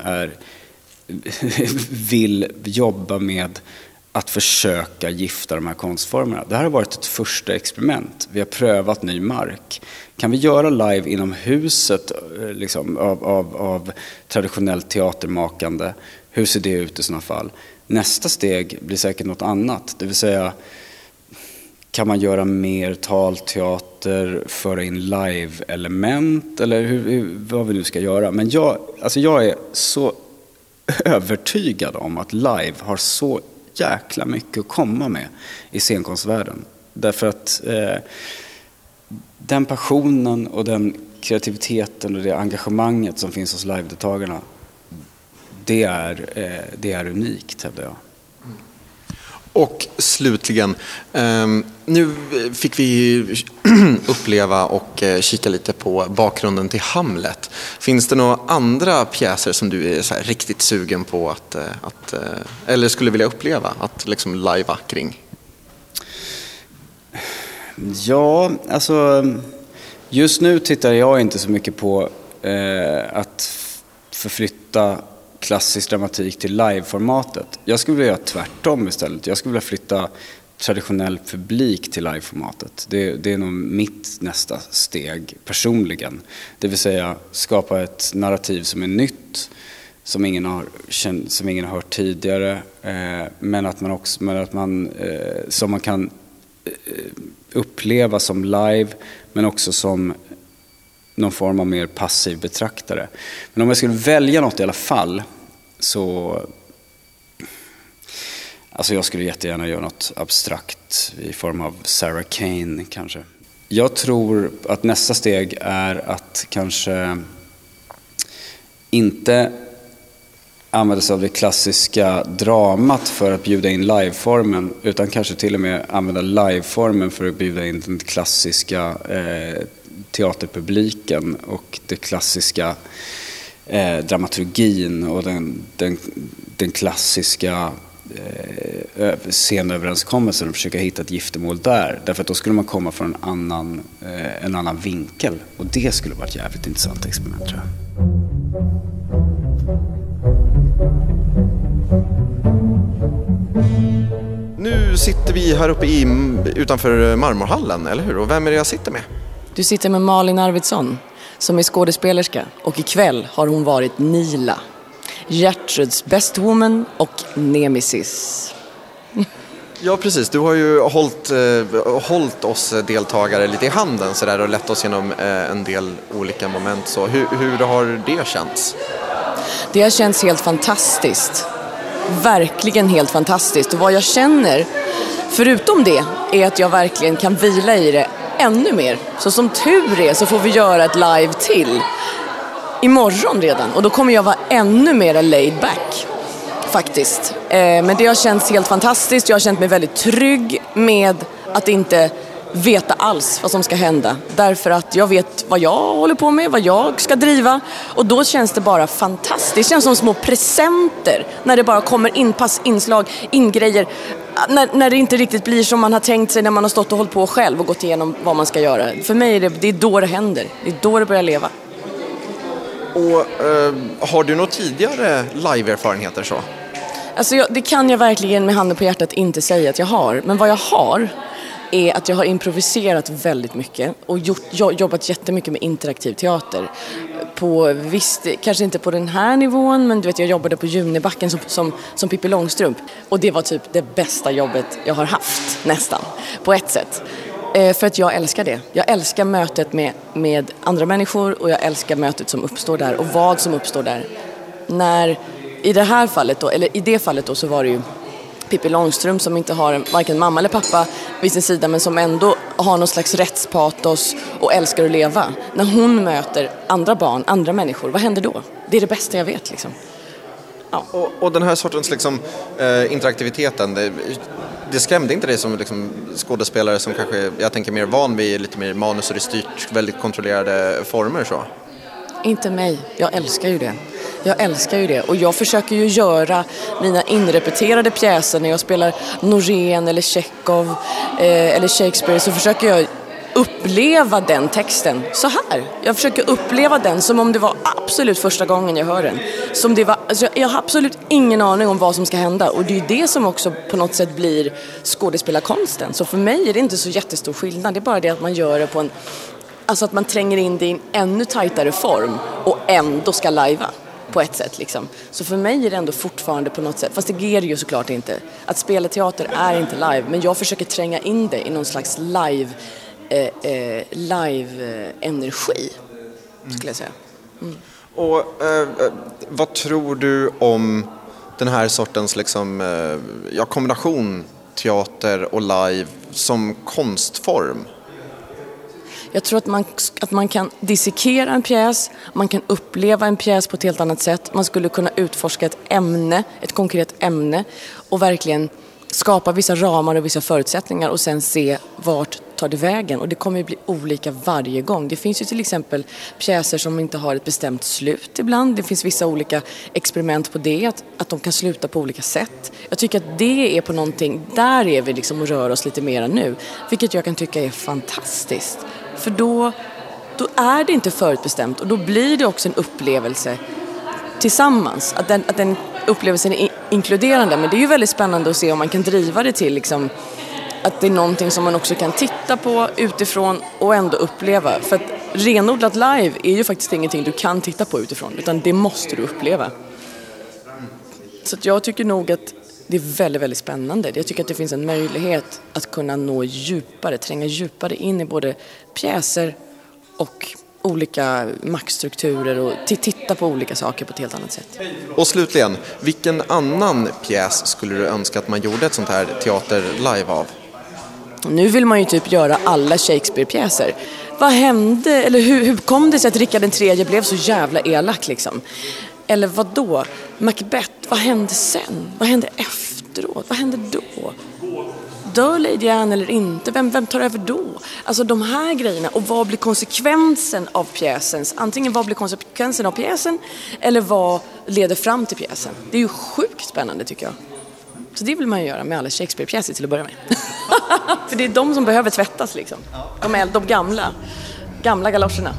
Speaker 8: vill jobba med att försöka gifta de här konstformerna. Det här har varit ett första experiment. Vi har prövat ny mark. Kan vi göra live inom huset liksom, av traditionellt teatermakande? Hur ser det ut i sådana fall? Nästa steg blir säkert något annat. Det vill säga, kan man göra mer talteater, föra in live-element eller vad vi nu ska göra. Men jag är så övertygad om att live har så jäkla mycket att komma med i scenkonstvärlden. Därför att den passionen och den kreativiteten och det engagemanget som finns hos live-deltagarna, det är unikt, hävdar jag.
Speaker 1: Och slutligen, nu fick vi uppleva och kika lite på bakgrunden till Hamlet. Finns det några andra pjäser som du är så här riktigt sugen på att eller skulle vilja uppleva att liksom lajva kring?
Speaker 8: Ja, alltså just nu tittar jag inte så mycket på att förflytta klassisk dramatik till live-formatet. Jag skulle vilja göra tvärtom istället. Jag skulle vilja flytta traditionell publik till live-formatet. Det är nog mitt nästa steg personligen. Det vill säga skapa ett narrativ som är nytt, som ingen har hört tidigare, som man kan uppleva som live, men också som någon form av mer passiv betraktare. Men om jag skulle välja något i alla fall, så alltså jag skulle jättegärna göra något abstrakt i form av Sarah Kane kanske. Jag tror att nästa steg är att kanske inte använda sig av det klassiska dramat för att bjuda in liveformen, utan kanske till och med använda liveformen för att bjuda in den klassiska teaterpubliken och det klassiska dramaturgin och den klassiska scenöverenskommelsen och försöka hitta ett giftermål där. Därför att då skulle man komma från en annan vinkel. Och det skulle vara ett jävligt intressant experiment, tror jag.
Speaker 1: Nu sitter vi här uppe utanför Marmorhallen, eller hur? Och vem är det jag sitter med?
Speaker 9: Du sitter med Malin Arvidsson, som är skådespelerska. Och ikväll har hon varit Nila, Gertruds Best Woman och Nemesis.
Speaker 1: Ja, precis. Du har ju hållit oss deltagare lite i handen så där, och lett oss genom en del olika moment. Så hur har det känts?
Speaker 9: Det har känts helt fantastiskt. Verkligen helt fantastiskt. Och vad jag känner, förutom det, är att jag verkligen kan vila i det ännu mer. Så som tur är så får vi göra ett live till imorgon redan. Och då kommer jag vara ännu mer laid back, faktiskt. Men det har känts helt fantastiskt. Jag har känt mig väldigt trygg med att inte veta alls vad som ska hända. Därför att jag vet vad jag håller på med, vad jag ska driva. Och då känns det bara fantastiskt. Det känns som små presenter när det bara kommer inslag, ingrejer. När det inte riktigt blir som man har tänkt sig när man har stått och hållit på själv och gått igenom vad man ska göra. För mig är det då det händer. Det är då det börjar leva.
Speaker 1: Och har du några tidigare live-erfarenheter så?
Speaker 9: Alltså det kan jag verkligen med handen på hjärtat inte säga att jag har. Men vad jag har är att jag har improviserat väldigt mycket och jobbat jättemycket med interaktiv teater på, visst, kanske inte på den här nivån, men du vet, jag jobbade på Junibacken som Pippi Långstrump. Och det var typ det bästa jobbet jag har haft, nästan, på ett sätt. För att jag älskar det. Jag älskar mötet med andra människor och jag älskar mötet som uppstår där och vad som uppstår där. I det här fallet då, eller i det fallet då, så var det ju Pippi Långstrump som inte har varken mamma eller pappa vid sin sida, men som ändå har någon slags rättspatos och älskar att leva. När hon möter andra barn, andra människor, vad händer då? Det är det bästa jag vet liksom. Ja.
Speaker 1: Och den här sortens liksom, interaktiviteten, det skrämde inte dig som liksom, skådespelare som kanske, jag tänker, mer van vid lite mer manus och det styrt väldigt kontrollerade former så?
Speaker 9: Inte mig. Jag älskar ju det. Och jag försöker ju göra mina inrepeterade pjäser när jag spelar Norén eller Tjechov eller Shakespeare, så försöker jag uppleva den texten så här. Jag försöker uppleva den som om det var absolut första gången jag hör den. Som det var, alltså jag har absolut ingen aning om vad som ska hända, och det är det som också på något sätt blir skådespelarkonsten. Så för mig är det inte så jättestor skillnad. Det är bara det att man gör det på alltså att man tränger in det i en ännu tajtare form och ändå ska lajva på ett sätt liksom. Så för mig är det ändå fortfarande på något sätt, fast det ger ju såklart inte. Att spela teater är inte live, men jag försöker tränga in det i någon slags live-energi, skulle jag säga. Mm.
Speaker 1: Och vad tror du om den här sortens liksom, kombination teater och live som konstform?
Speaker 9: Jag tror att man kan dissekera en pjäs, man kan uppleva en pjäs på ett helt annat sätt. Man skulle kunna utforska ett konkret ämne och verkligen skapa vissa ramar och vissa förutsättningar och sen se vart tar det vägen. Och det kommer ju bli olika varje gång. Det finns ju till exempel pjäser som inte har ett bestämt slut ibland. Det finns vissa olika experiment på det, att de kan sluta på olika sätt. Jag tycker att det är på någonting, där är vi liksom och rör oss lite mer nu. Vilket jag kan tycka är fantastiskt. För då är det inte förutbestämt och då blir det också en upplevelse tillsammans. Att den upplevelsen är inkluderande. Men det är ju väldigt spännande att se om man kan driva det till liksom, att det är någonting som man också kan titta på utifrån och ändå uppleva. För att renodlat live är ju faktiskt ingenting du kan titta på utifrån, utan det måste du uppleva. Så att jag tycker nog att det är väldigt, väldigt spännande. Jag tycker att det finns en möjlighet att kunna nå djupare, tränga djupare in i både pjäser och olika maktstrukturer och titta på olika saker på ett helt annat sätt.
Speaker 1: Och slutligen, vilken annan pjäs skulle du önska att man gjorde ett sånt här teater live av?
Speaker 9: Nu vill man ju typ göra alla Shakespeare-pjäser. Vad hände, eller hur kom det sig att Richard III blev så jävla elak liksom? Eller vad då? Macbeth, vad hände sen? Vad hände efteråt? Vad hände då? Dör Lady Anne eller inte? Vem tar över då? Alltså de här grejerna. Och vad blir konsekvensen av pjäsen? Antingen vad blir konsekvensen av pjäsen eller vad leder fram till pjäsen? Det är ju sjukt spännande tycker jag. Så det vill man ju göra med alla Shakespeare-pjäser till att börja med. För det är de som behöver tvättas liksom. De gamla galoscherna.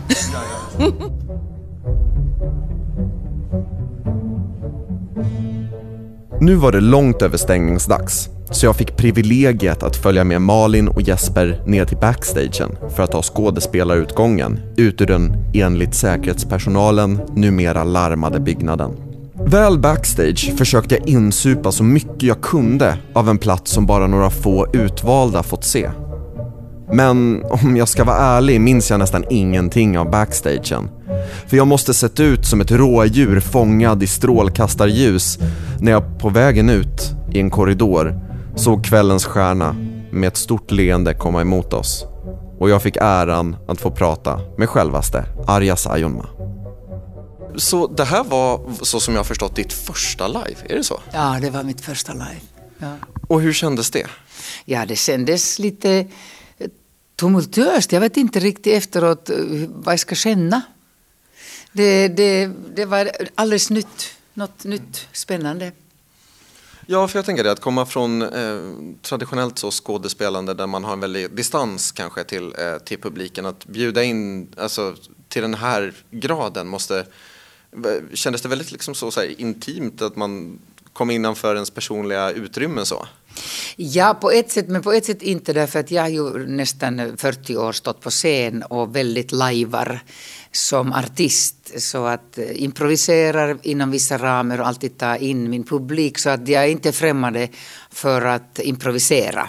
Speaker 1: Nu var det långt över stängningsdags, så jag fick privilegiet att följa med Malin och Jesper ner till backstagen för att ta skådespelarutgången ut ur den enligt säkerhetspersonalen numera larmade byggnaden. Väl backstage försökte jag insupa så mycket jag kunde av en plats som bara några få utvalda fått se. Men om jag ska vara ärlig minns jag nästan ingenting av backstagen. För jag måste sett ut som ett rådjur fångad i strålkastarljus när jag på vägen ut i en korridor såg kvällens stjärna med ett stort leende komma emot oss. Och jag fick äran att få prata med självaste Arja Saijonmaa. Så det här var, så som jag har förstått, ditt första live, är det så?
Speaker 10: Ja, det var mitt första live. Ja.
Speaker 1: Och hur kändes det?
Speaker 10: Ja, det kändes lite tumultöst. Jag vet inte riktigt efteråt vad jag ska känna. Det var alldeles nytt. Något nytt, spännande.
Speaker 1: Ja, för jag tänker det, att komma från traditionellt så skådespelande där man har en väldig distans kanske till publiken, att bjuda in alltså, till den här graden kändes det väldigt liksom så här intimt att man kom innanför ens personliga utrymmen så?
Speaker 10: Ja, på ett sätt, men på ett sätt inte, därför att jag har ju nästan 40 år stått på scen och väldigt lajvar som artist, så att improviserar inom vissa ramar och alltid ta in min publik, så att jag är inte främmande för att improvisera.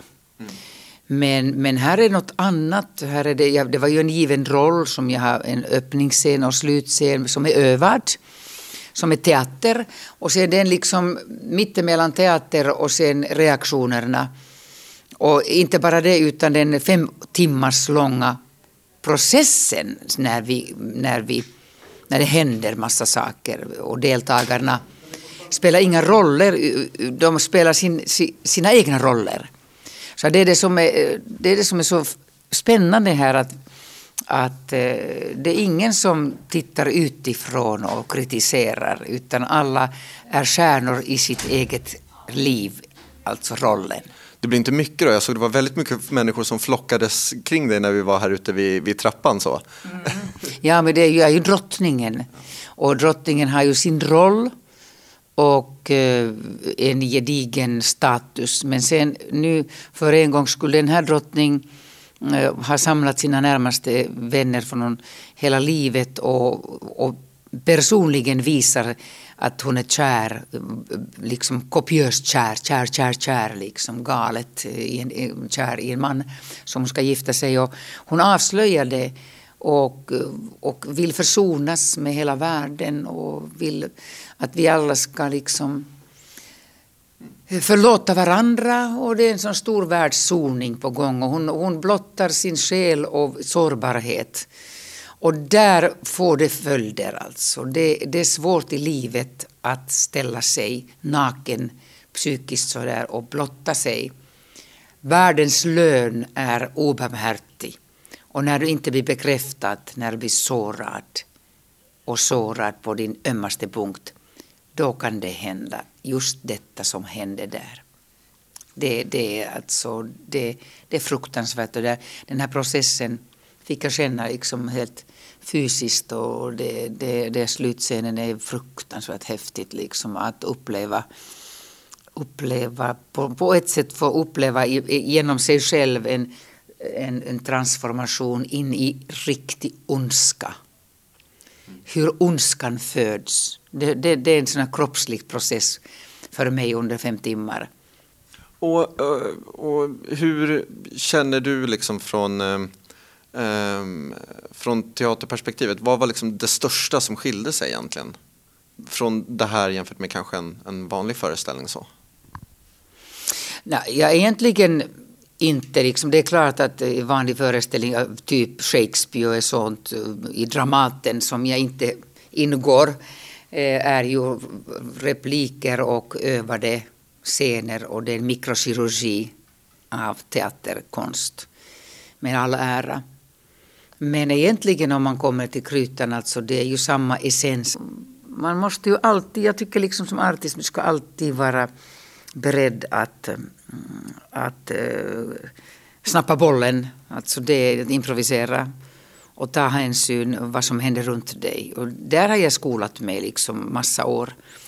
Speaker 10: Men här är något annat. Här är det var ju en given roll som jag har, en öppningsscen och slutscen som är övad, som är teater, och sen den liksom mittemellan teater och sen reaktionerna. Och inte bara det, utan den 5 timmars långa processen när det händer massa saker, och deltagarna spelar inga roller, de spelar sina egna roller. Så det är det som är så spännande här, att det är ingen som tittar utifrån och kritiserar, utan alla är stjärnor i sitt eget liv, alltså rollen.
Speaker 1: Det blir inte mycket då. Jag såg det var väldigt mycket människor som flockades kring dig när vi var här ute vid trappan så.
Speaker 10: Ja, men jag är ju drottningen, och drottningen har ju sin roll och en gedigen status, men sen nu för en gång skulle den här drottning har samlat sina närmaste vänner från hela livet och personligen visar att hon är kär, liksom kopiöst kär, liksom galet kär i en man som hon ska gifta sig, och hon avslöjar det och vill försonas med hela världen och vill att vi alla ska liksom förlåta varandra, och det är en sån stor världssoning på gång, och hon blottar sin själ och sårbarhet, och där får det följder alltså. Det är svårt i livet att ställa sig naken psykiskt sådär och blotta sig. Världens lön är obarmhärtig, och när du inte blir bekräftad, när du blir sårad på din ömmaste punkt, då kan det hända just detta som hände där. Det är fruktansvärt, och den här processen fick jag känna liksom helt fysiskt, och det slutscenen är fruktansvärt häftigt liksom, att uppleva på ett sätt få uppleva genom sig själv en transformation in i riktig ondska. Hur ondskan föds. Det är en sån här kroppslig process för mig under 5 timmar.
Speaker 1: Och hur känner du liksom från teaterperspektivet? Vad var liksom det största som skilde sig egentligen från det här jämfört med kanske en vanlig föreställning så?
Speaker 10: Nej, jag egentligen inte liksom, det är klart att i vanlig föreställning typ Shakespeare och sånt i Dramaten som jag inte ingår är ju repliker och övade scener, och det är mikrokirurgi av teaterkonst med all ära. Men egentligen om man kommer till krytan, alltså det är ju samma essens. Man måste ju alltid, jag tycker liksom som artist, man ska alltid vara beredd att snappa bollen, alltså det att improvisera och ta hänsyn vad som händer runt dig. Och där har jag skolat mig liksom massa år.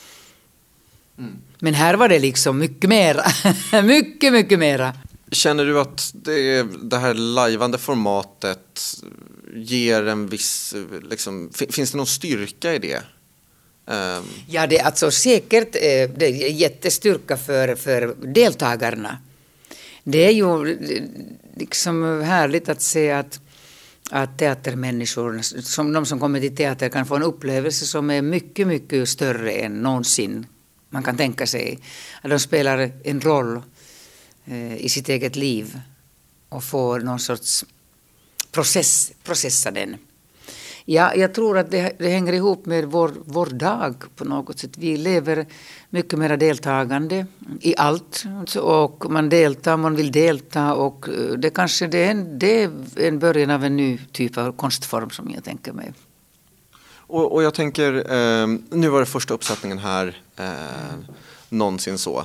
Speaker 10: Men här var det liksom mycket mera. mycket mera.
Speaker 1: Känner du att det här lajvande formatet ger en viss, liksom, finns det någon styrka i det?
Speaker 10: Ja, det är alltså säkert det är jättestyrka för deltagarna. Det är ju liksom härligt att se att teatermänniskor, som de som kommer till teater, kan få en upplevelse som är mycket, mycket större än någonsin man kan tänka sig. Att de spelar en roll i sitt eget liv och får någon sorts processa den. Ja, jag tror att det hänger ihop med vår dag på något sätt. Vi lever mycket mer deltagande i allt, och man vill delta, och det kanske det är en början av en ny typ av konstform som jag tänker mig.
Speaker 1: Och jag tänker, nu var det första uppsättningen här någonsin så.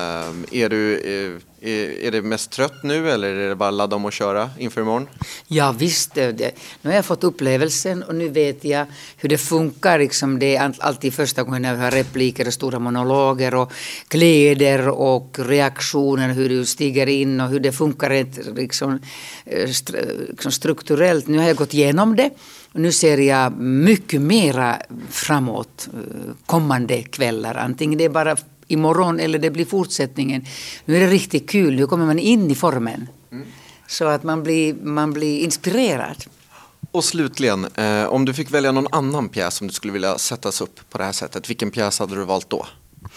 Speaker 1: Är det mest trött nu eller är det bara ladda om att köra inför imorgon?
Speaker 10: Ja visst, nu har jag fått upplevelsen och nu vet jag hur det funkar. Liksom, det är alltid första gången när vi har repliker och stora monologer och kläder och reaktioner, hur du stiger in och hur det funkar liksom strukturellt. Nu har jag gått igenom det. Och nu ser jag mycket mera framåt kommande kvällar. Antingen det är bara imorgon eller det blir fortsättningen. Nu är det riktigt kul. Nu kommer man in i formen. Så att man blir inspirerad.
Speaker 1: Och slutligen, om du fick välja någon annan pjäs som du skulle vilja sättas upp på det här sättet, vilken pjäs hade du valt då?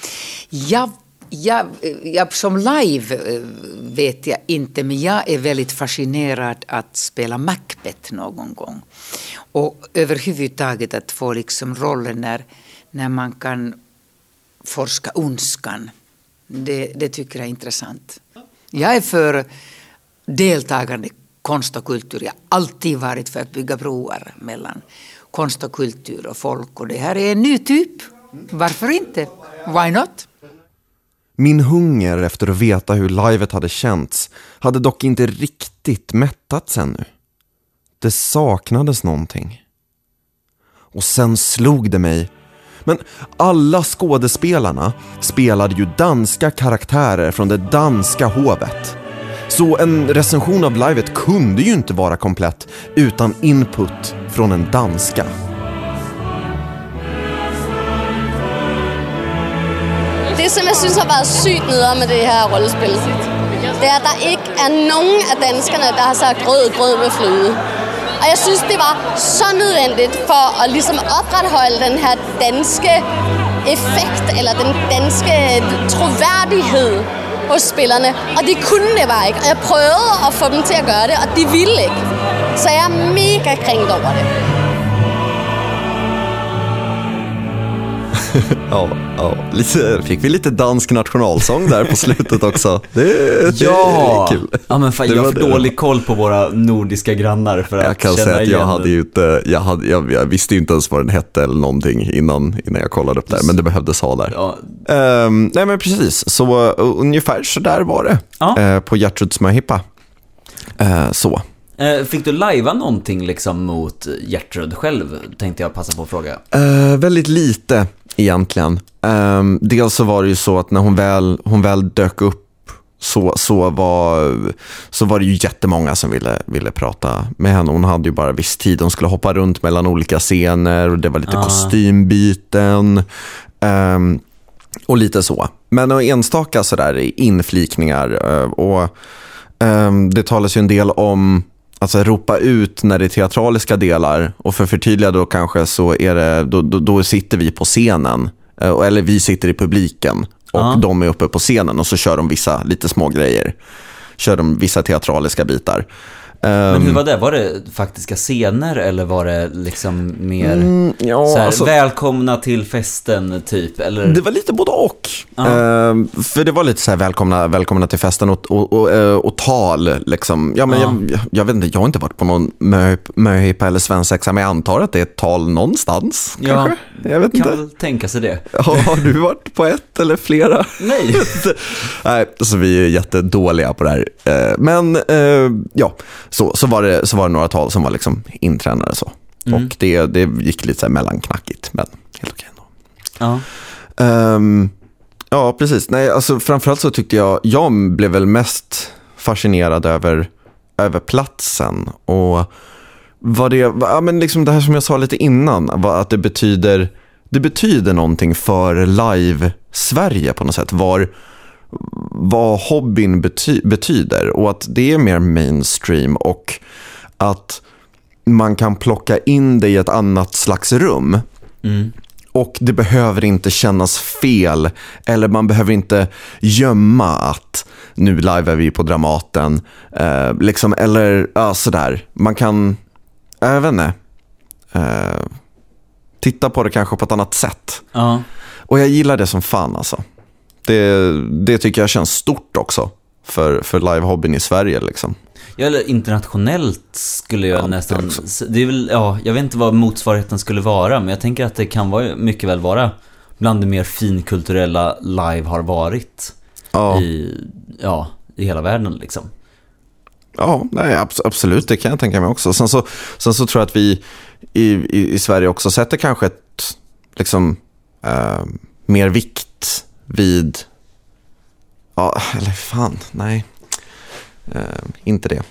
Speaker 1: Jag som live vet jag inte, men jag är väldigt fascinerad att spela Macbeth någon gång. Och överhuvudtaget att få liksom rollen när man kan forska ondskan. Det tycker jag är intressant. Jag är för deltagande konst och kultur. Jag har alltid varit för att bygga broar mellan konst och kultur och folk. Och det här är en ny typ. Varför inte? Why not? Min hunger efter att veta hur livet hade känts hade dock inte riktigt mättats ännu. Det saknades någonting. Och sen slog det mig. Men alla skådespelarna spelade ju danska karaktärer från det danska hovet. Så en recension av livet kunde ju inte vara komplett utan input från en danska.
Speaker 11: Det som jeg synes har været sygt nedere med det her rollespil, det er, at der ikke er nogen af danskerne, der har sagt grød med fløde. Og jeg synes, det var så nødvendigt for at ligesom opretholde den her danske effekt, eller den danske troværdighed hos spillerne. Og det kunne det bare ikke. Og jeg prøvede at få dem til at gøre det, og de ville ikke. Så jeg er mega krænkt over det.
Speaker 1: Ja, fick vi lite dansk nationalsång där på slutet också. Det är kul.
Speaker 2: Ja, men fan, jag har dålig koll på våra nordiska grannar för att
Speaker 1: jag kan säga att jag visste ju inte ens vad den hette eller någonting innan jag kollade upp där, men det behövdes ha där. Ja. Nej men precis, så ungefär så där var det på Gertruds möhippa. Så.
Speaker 2: Fick du lajva någonting liksom mot Gertrud själv, tänkte jag passa på att fråga.
Speaker 1: Väldigt lite egentligen. Dels så var det ju så att när hon väl dök upp så var det ju jättemånga som ville prata med henne. Hon hade ju bara viss tid. Hon skulle hoppa runt mellan olika scener och det var lite kostymbyten och lite så. Men enstaka sådär inflikningar och det talas ju en del om alltså ropa ut när det är teatraliska delar, och för förtydliga då kanske så är det då sitter vi på scenen eller vi sitter i publiken och de är uppe på scenen och så kör de vissa lite små grejer. Kör de vissa teatraliska bitar.
Speaker 2: Men hur var det? Var det faktiska scener eller var det liksom mer såhär, välkomna till festen typ? Eller?
Speaker 1: Det var lite både och. För det var lite så här välkomna till festen och tal liksom. Ja, men jag vet inte, jag har inte varit på någon möhippa eller svensexa, men jag antar att det är ett tal någonstans. Kanske? Jag vet inte.
Speaker 2: Kan väl tänka sig det.
Speaker 1: Har du varit på ett eller flera?
Speaker 2: Nej.
Speaker 1: Nej, så vi är jättedåliga på det här. Men så var det några tal som var liksom intränade så. Och det gick lite så här mellanknackigt, men helt okej ändå. Ja, precis. Nej, alltså framförallt så tyckte jag blev väl mest fascinerad över platsen och vad det men liksom det här som jag sa lite innan, var att det betyder någonting för live Sverige på något sätt, vad hobbyn betyder, och att det är mer mainstream och att man kan plocka in det i ett annat slags rum. Och det behöver inte kännas fel, eller man behöver inte gömma att nu live är vi på Dramaten liksom, eller sådär. Man kan även titta på det kanske på ett annat sätt. Och jag gillar det som fan alltså. Det tycker jag känns stort också för live-hobbyn i Sverige liksom.
Speaker 2: Ja, eller internationellt skulle jag nästan. Det är väl, jag vet inte vad motsvarigheten skulle vara, men jag tänker att det kan mycket väl vara bland det mer finkulturella live har varit i hela världen liksom.
Speaker 1: Ja, nej, absolut, det kan jag tänka mig också. Sen så tror jag att vi i Sverige också sätter kanske ett liksom mer vikt vid eller fan, nej. Inte det.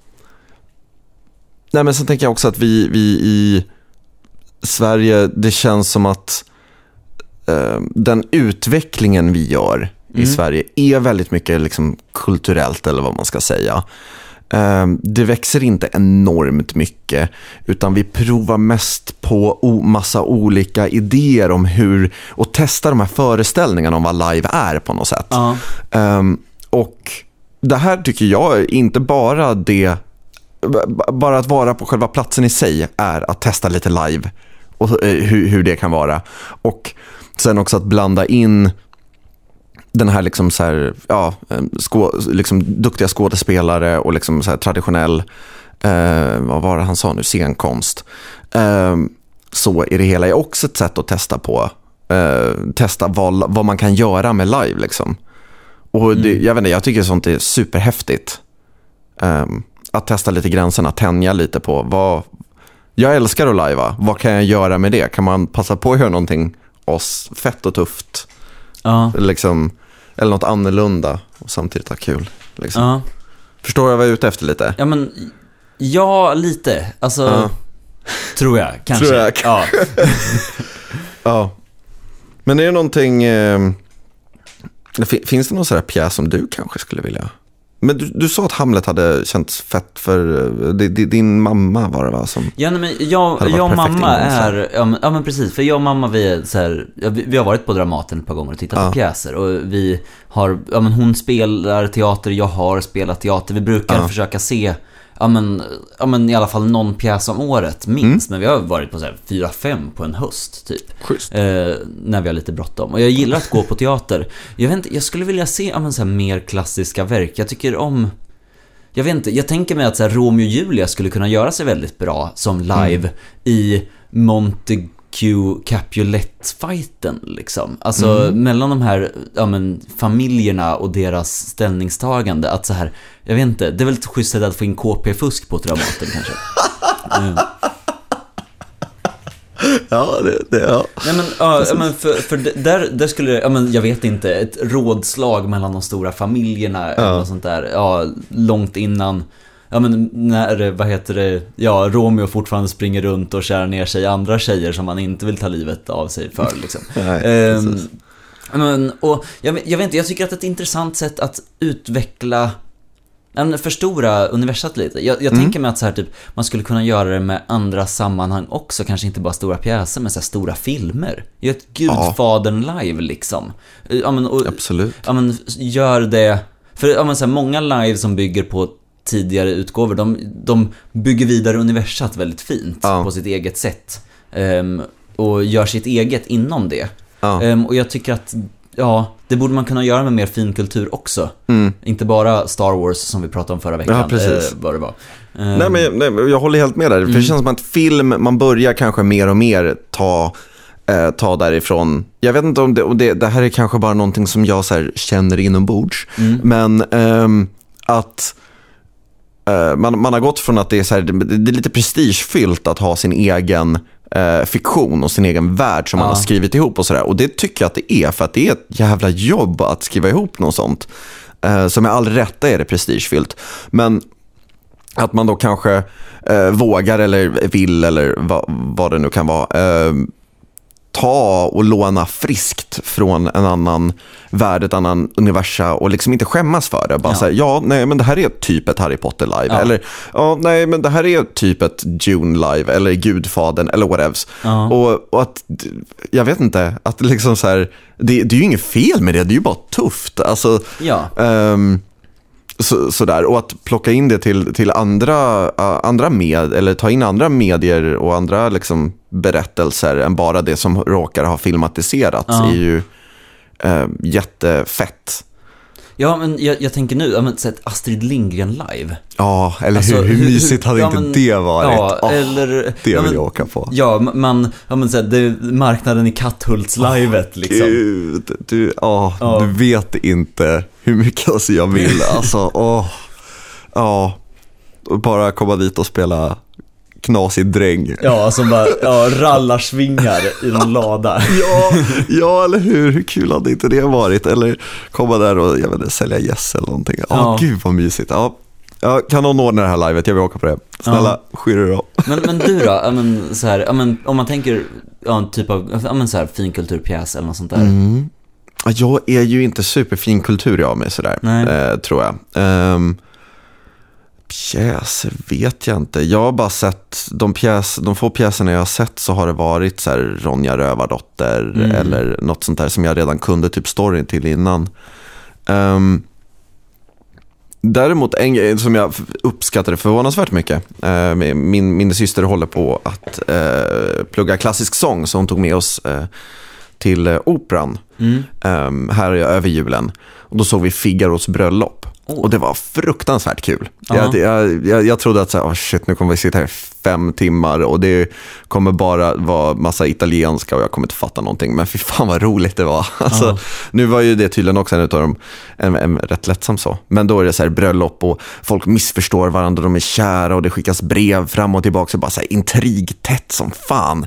Speaker 1: Nej, men sen tänker jag också att vi i Sverige, det känns som att den utvecklingen vi gör i Sverige är väldigt mycket liksom kulturellt, eller vad man ska säga. Det växer inte enormt mycket, utan vi provar mest på massa olika idéer om hur, och testar de här föreställningarna om vad live är på något sätt. Och det här tycker jag inte bara att vara på själva platsen i sig är att testa lite live och hur det kan vara. Och sen också att blanda in den här liksom så här, liksom duktiga skådespelare och liksom så här traditionell vad var det han sa nu, scenkonst. Så är det hela är också ett sätt att testa vad man kan göra med live liksom. Och jag tycker sånt är superhäftigt. Att testa lite gränserna, tänja lite på jag älskar att livea. Vad kan jag göra med det? Kan man passa på att göra någonting fett och tufft? Liksom, eller något annorlunda och samtidigt ha kul liksom. Förstår jag vad jag är ute efter lite?
Speaker 2: Ja, lite. Alltså tror jag kanske. Ja.
Speaker 1: Men är det någonting finns det någon sån här pjäs som du kanske skulle vilja? Men du sa att Hamlet hade känts fett för din mamma, var det va?
Speaker 2: Jag och mamma är men precis, för jag och mamma vi är så här, vi har varit på Dramaten ett par gånger och tittat på pjäser, och vi har hon spelar teater, jag har spelat teater. Vi brukar försöka se i alla fall någon pjäs om året minst, men vi har varit på så här 4-5 på en höst typ. När vi har lite bråttom. Och jag gillar att gå på teater. Jag skulle vilja se så här mer klassiska verk. Jag tycker om, jag tänker mig att så här, Romeo och Julia skulle kunna göra sig väldigt bra som live i Montague Capulet-fighten liksom. Alltså mellan de här familjerna och deras ställningstagande, att så här, jag vet inte, det är väl lite schysst att få in KP-fusk på Dramaten kanske. Nej, men för där skulle jag vet inte, ett rådslag mellan de stora familjerna eller sånt där, långt innan när Romeo fortfarande springer runt och skär ner sig andra tjejer som man inte vill ta livet av sig för liksom. Och jag vet inte, jag tycker att det är ett intressant sätt att utveckla, förstora universat lite. Jag tänker mig att så här, typ, man skulle kunna göra det med andra sammanhang också, kanske inte bara stora pjäser, men så här, stora filmer. Gör ett Gudfadern live liksom.
Speaker 1: Absolut.
Speaker 2: Gör det för så här, många live som bygger på tidigare utgåvor, de bygger vidare universat väldigt fint på sitt eget sätt, och gör sitt eget inom det. Och jag tycker att det borde man kunna göra med mer finkultur också. Inte bara Star Wars som vi pratade om förra veckan. Vad det var.
Speaker 1: Nej, jag håller helt med där. För det känns som att film, man börjar kanske mer och mer ta därifrån. Jag vet inte om det här är kanske bara någonting som jag så här känner inombords. Men att man har gått från att det är så här, det är lite prestigefyllt att ha sin egen fiktion och sin egen värld som man har skrivit ihop och sådär. Och det tycker jag att det är, för att det är ett jävla jobb att skriva ihop något sånt. Så med all rätta är det prestigefyllt. Men att man då kanske vågar eller vill, eller vad det nu kan vara, ta och låna friskt från en annan värld, ett annan universa, och liksom inte skämmas för det. Bara säga, men det här är typ ett Harry Potter live. Eller, men det här är typ ett Dune live, eller Gudfadern, eller whatever. Och att, jag vet inte, att liksom så här, det är ju inget fel med det, det är ju bara tufft. Alltså, sådär, och att plocka in det till andra eller ta in andra medier och andra liksom berättelser än bara det som råkar ha filmatiserats är ju jättefett.
Speaker 2: Ja, men jag tänker nu, jag har sett Astrid Lindgren live.
Speaker 1: Ja, eller alltså, hur mysigt hade inte det varit?
Speaker 2: Ja, eller...
Speaker 1: Det vill jag åka på.
Speaker 2: Ja, men så här, det marknaden i Katthults-livet liksom.
Speaker 1: Gud, du vet inte hur mycket alltså jag vill. Alltså, bara komma dit och spela knasig dräng.
Speaker 2: Ja, som bara rallarsvingar i någon lada.
Speaker 1: Ja, eller hur kul hade inte det varit? Eller komma där och jag vet inte, sälja gäss eller någonting. Gud vad mysigt. Ja, kan någon ordna det här livet? Jag vill åka på det. Snälla, skyrra då.
Speaker 2: Men du då? Så här, om man tänker en typ av så här, finkulturpjäs eller något sånt där.
Speaker 1: Jag är ju inte superfin kultur jag med sådär, tror jag. Pjäser vet jag inte. Jag har bara sett de få pjäserna jag har sett, så har det varit så här Ronja Rövardotter eller något sånt där som jag redan kunde typ storyn till innan. Däremot en grej som jag uppskattade förvånansvärt mycket, min syster håller på att plugga klassisk sång, så hon tog med oss till operan här över julen, och då såg vi Figaros bröllop. Och det var fruktansvärt kul. Jag trodde att nu kommer vi sitta här 5 timmar och det kommer bara vara massa italienska och jag kommer inte fatta någonting. Men fy fan vad roligt det var. Alltså, nu var ju det tydligen också en utav dem en rätt lättsam så. Men då är det så här bröllop och folk missförstår varandra, de är kära och det skickas brev fram och tillbaka, så bara så här intrigtätt som fan.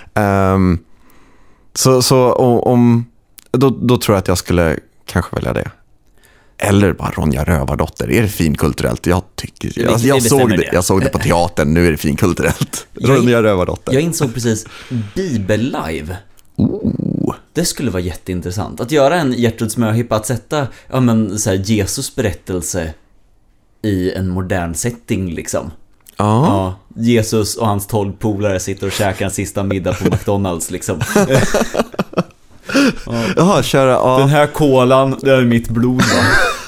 Speaker 1: Då tror jag att jag skulle kanske välja det. Eller bara Ronja Rövardotter. Är det finkulturellt? Jag tycker jag såg det på teatern. Nu är det finkulturellt. Ronja Rövardotter.
Speaker 2: Jag insåg precis Bibel-live. Det skulle vara jätteintressant att göra en Gertrud Smörhippa, att sätta så här, Jesus berättelse i en modern setting liksom. Ja, Jesus och hans 12 polare sitter och käkar en sista middag på McDonald's liksom.
Speaker 1: Jaha, köra.
Speaker 2: Den här kolan, det är mitt blod va?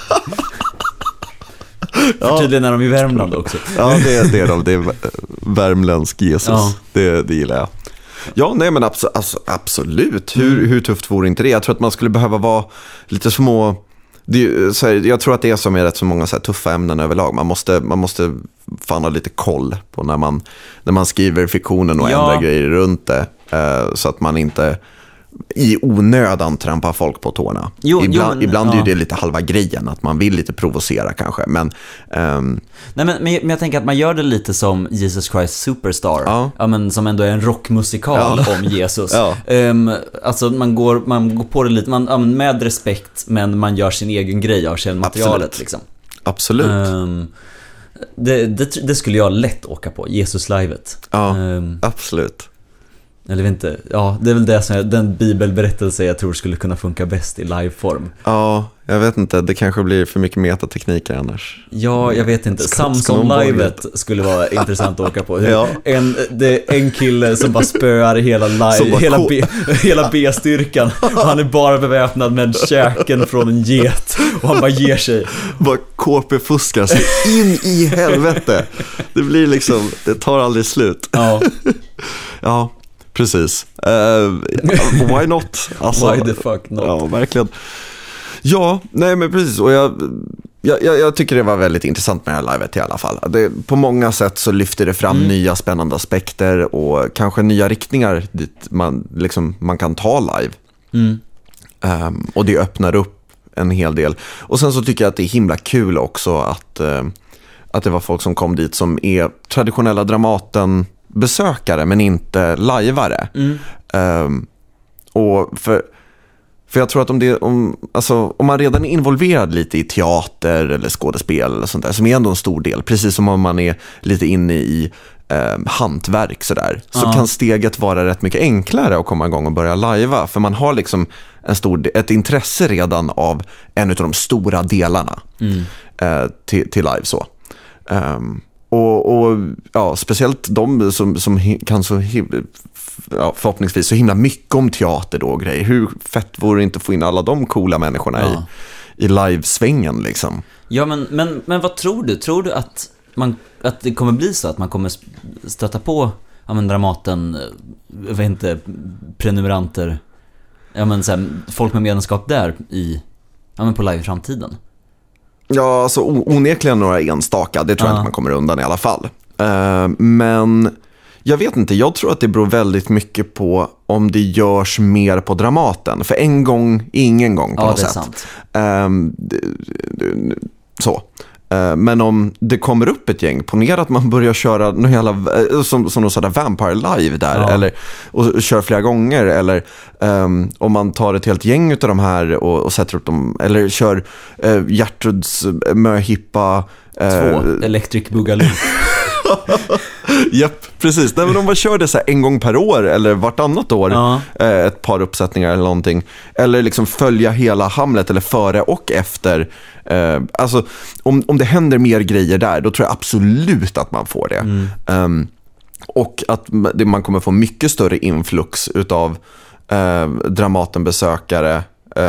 Speaker 2: För tydligen är de i Värmland också.
Speaker 1: Ja, det är de. Det är värmländsk Jesus. Det gillar jag. Ja, nej men absolut. Hur tufft vore inte det? Jag tror att man skulle behöva vara lite små... jag tror att det är som är rätt så många så här tuffa ämnen överlag. Man måste fan ha lite koll på när man skriver fiktionen och ändrar grejer runt det. Så att man inte i onödan trampar folk på tårna. Ibland är ju det lite halva grejen, att man vill lite provocera kanske. Men
Speaker 2: jag tänker att man gör det lite som Jesus Christ Superstar, som ändå är en rockmusikal om Jesus. Alltså man går på det lite med respekt, men man gör sin egen grej av källmaterialet liksom.
Speaker 1: Absolut.
Speaker 2: Det skulle jag lätt åka på, Jesus-livet.
Speaker 1: Absolut.
Speaker 2: Eller inte. Ja, det är väl det som är den bibelberättelse jag tror skulle kunna funka bäst i liveform.
Speaker 1: Ja, jag vet inte. Det kanske blir för mycket metatekniker annars.
Speaker 2: Ja, jag vet inte. Samson-livet skulle vara intressant att åka på. En kille som bara spöar hela B-styrkan. Och han är bara beväpnad med käken från en get. Och han bara ger sig.
Speaker 1: Bara KP-fuskar sig in i helvete. Det blir liksom, det tar aldrig slut. Ja. Precis. Why not? Alltså,
Speaker 2: why the fuck not?
Speaker 1: Ja, verkligen. Ja, nej men precis. Och jag tycker det var väldigt intressant med det här livet i alla fall. På många sätt så lyfter det fram nya spännande aspekter och kanske nya riktningar dit man kan ta live. Och det öppnar upp en hel del. Och sen så tycker jag att det är himla kul också att det var folk som kom dit som är traditionella Dramaten besökare men inte lajvare. Och för jag tror att om man redan är involverad lite i teater eller skådespel eller sånt där, som är ändå en stor del, precis som om man är lite inne i hantverk sådär, så kan steget vara rätt mycket enklare att komma igång och börja lajva, för man har liksom ett intresse redan av en av de stora delarna till live så. Och speciellt de som kan så förhoppningsvis så himla mycket om teater då och grejer. Hur fett vore det inte att få in alla de coola människorna i livesvängen liksom.
Speaker 2: Ja, men vad tror du? Tror du att det kommer bli så att man kommer stöta på Dramaten, prenumeranter, så här, folk med medlemskap där på live i framtiden?
Speaker 1: Ja, alltså onekligen några enstaka. Det tror jag inte man kommer undan i alla fall. Men jag vet inte, jag tror att det beror väldigt mycket på om det görs mer på Dramaten. För en gång, ingen gång på något sätt. Sant. Så. Men om det kommer upp ett gäng, ponera att man börjar köra någon jävla, som de sa där, Vampire Live där, eller, och kör flera gånger, eller om man tar ett helt gäng utav de här och sätter upp dem, eller kör Gertruds möhippa
Speaker 2: 2, Electric Boogaloo.
Speaker 1: Japp, precis. Nej, men om man kör det så här en gång per år eller vartannat år, ett par uppsättningar eller någonting, eller liksom följa hela Hamlet eller före och efter, alltså om det händer mer grejer där, då tror jag absolut att man får det. Och att man kommer få mycket större influx utav Dramatenbesökare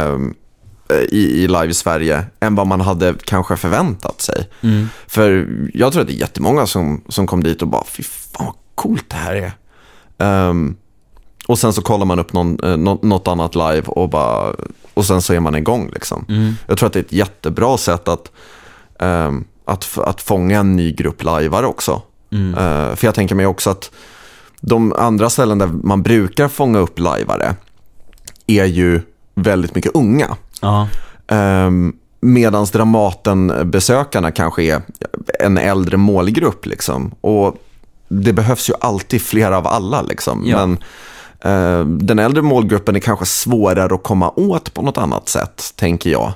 Speaker 1: i Live Sverige än vad man hade kanske förväntat sig. För jag tror att det är jättemånga som kom dit och bara, fy fan vad coolt det här är. Och sen så kollar man upp något annat live och sen så är man igång liksom. Jag tror att det är ett jättebra sätt att fånga en ny grupp liveare också. För jag tänker mig också att de andra ställen där man brukar fånga upp liveare är ju väldigt mycket unga. Medans Dramaten-besökarna kanske är en äldre målgrupp liksom. Och det behövs ju alltid flera av alla liksom. Men den äldre målgruppen är kanske svårare att komma åt på något annat sätt, tänker jag.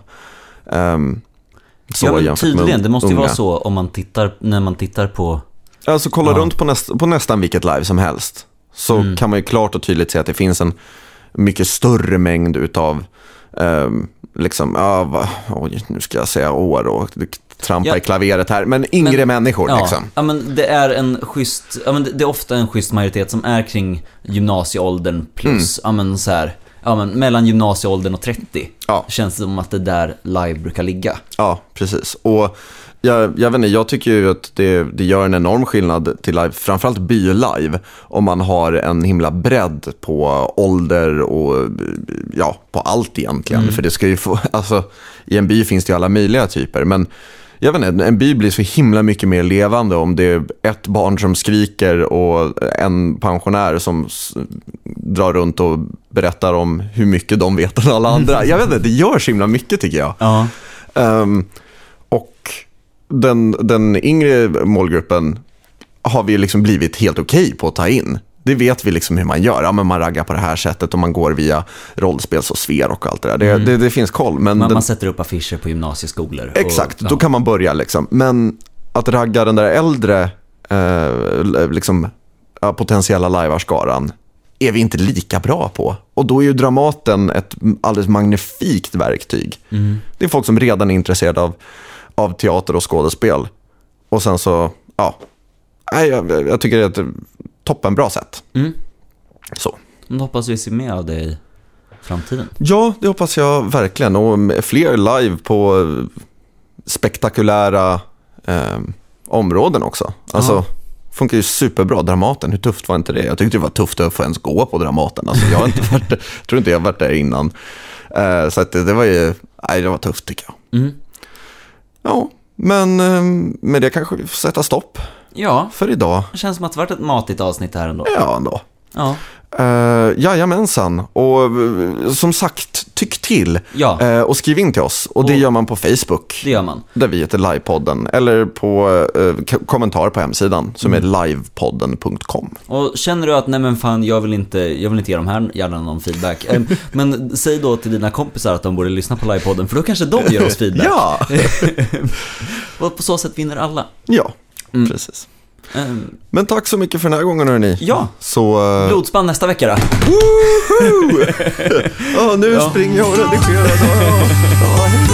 Speaker 2: Så tydligen, det måste ju vara så om man när man tittar på...
Speaker 1: Alltså kolla runt på nästan vilket live som helst, så kan man ju klart och tydligt se att det finns en mycket större mängd utav liksom, nu ska jag säga år och trampa i klaveret här, men yngre människor liksom.
Speaker 2: Ja, men det är en schysst, det är ofta en schysst majoritet som är kring gymnasieåldern plus, så här, mellan gymnasieåldern och 30. Känns det som att det där live brukar ligga. Ja,
Speaker 1: precis. Och jag vet inte, jag tycker ju att det gör en enorm skillnad till live, framförallt by-live, om man har en himla bredd på ålder och på allt egentligen. För det ska ju få, alltså i en by finns det ju alla möjliga typer, men jag vet inte, en by blir så himla mycket mer levande om det är ett barn som skriker och en pensionär som drar runt och berättar om hur mycket de vet än alla andra. Jag vet inte, det gör så himla mycket, tycker jag. Och den yngre målgruppen har vi liksom blivit helt okej på att ta in. Det vet vi liksom hur man gör. Ja, men man raggar på det här sättet och man går via rollspels och sfär och allt det där. Det finns koll. Men
Speaker 2: man sätter upp affischer på gymnasieskolor.
Speaker 1: Exakt, då kan man börja liksom. Men att ragga den där äldre liksom, potentiella livearskaran är vi inte lika bra på. Och då är ju Dramaten ett alldeles magnifikt verktyg. Det är folk som redan är intresserade av teater och skådespel. Och sen så, jag tycker det är ett toppenbra sätt. Så.
Speaker 2: Men hoppas vi ser mer av det i framtiden.
Speaker 1: Ja, det hoppas jag verkligen. Och fler live på spektakulära områden också. Alltså, funkar ju superbra. Dramaten, hur tufft var inte det? Jag tyckte det var tufft att få ens gå på Dramaten. Alltså, jag har inte tror inte jag har varit där innan. Så att det var ju, det var tufft, tycker jag. Ja, men med det kanske vi får sätta stopp för idag.
Speaker 2: Det känns som att det varit ett matigt avsnitt här ändå.
Speaker 1: Ja, ändå. Jajamensan. Och som sagt, tyck till och skriv in till oss. Och det gör man på Facebook.
Speaker 2: Det gör man.
Speaker 1: Där vi heter Livepodden. Eller på kommentar på hemsidan som är livepodden.com.
Speaker 2: Och känner du att nej men fan, jag vill inte ge de här gärna någon feedback. Men säg då till dina kompisar att de borde lyssna på Livepodden, för då kanske de ger oss feedback. Och på så sätt vinner alla.
Speaker 1: Ja, precis. Men tack så mycket för den här gången, hörni.
Speaker 2: Ja,
Speaker 1: så,
Speaker 2: blodspann nästa vecka då.
Speaker 1: Nu springer jag och redigerar.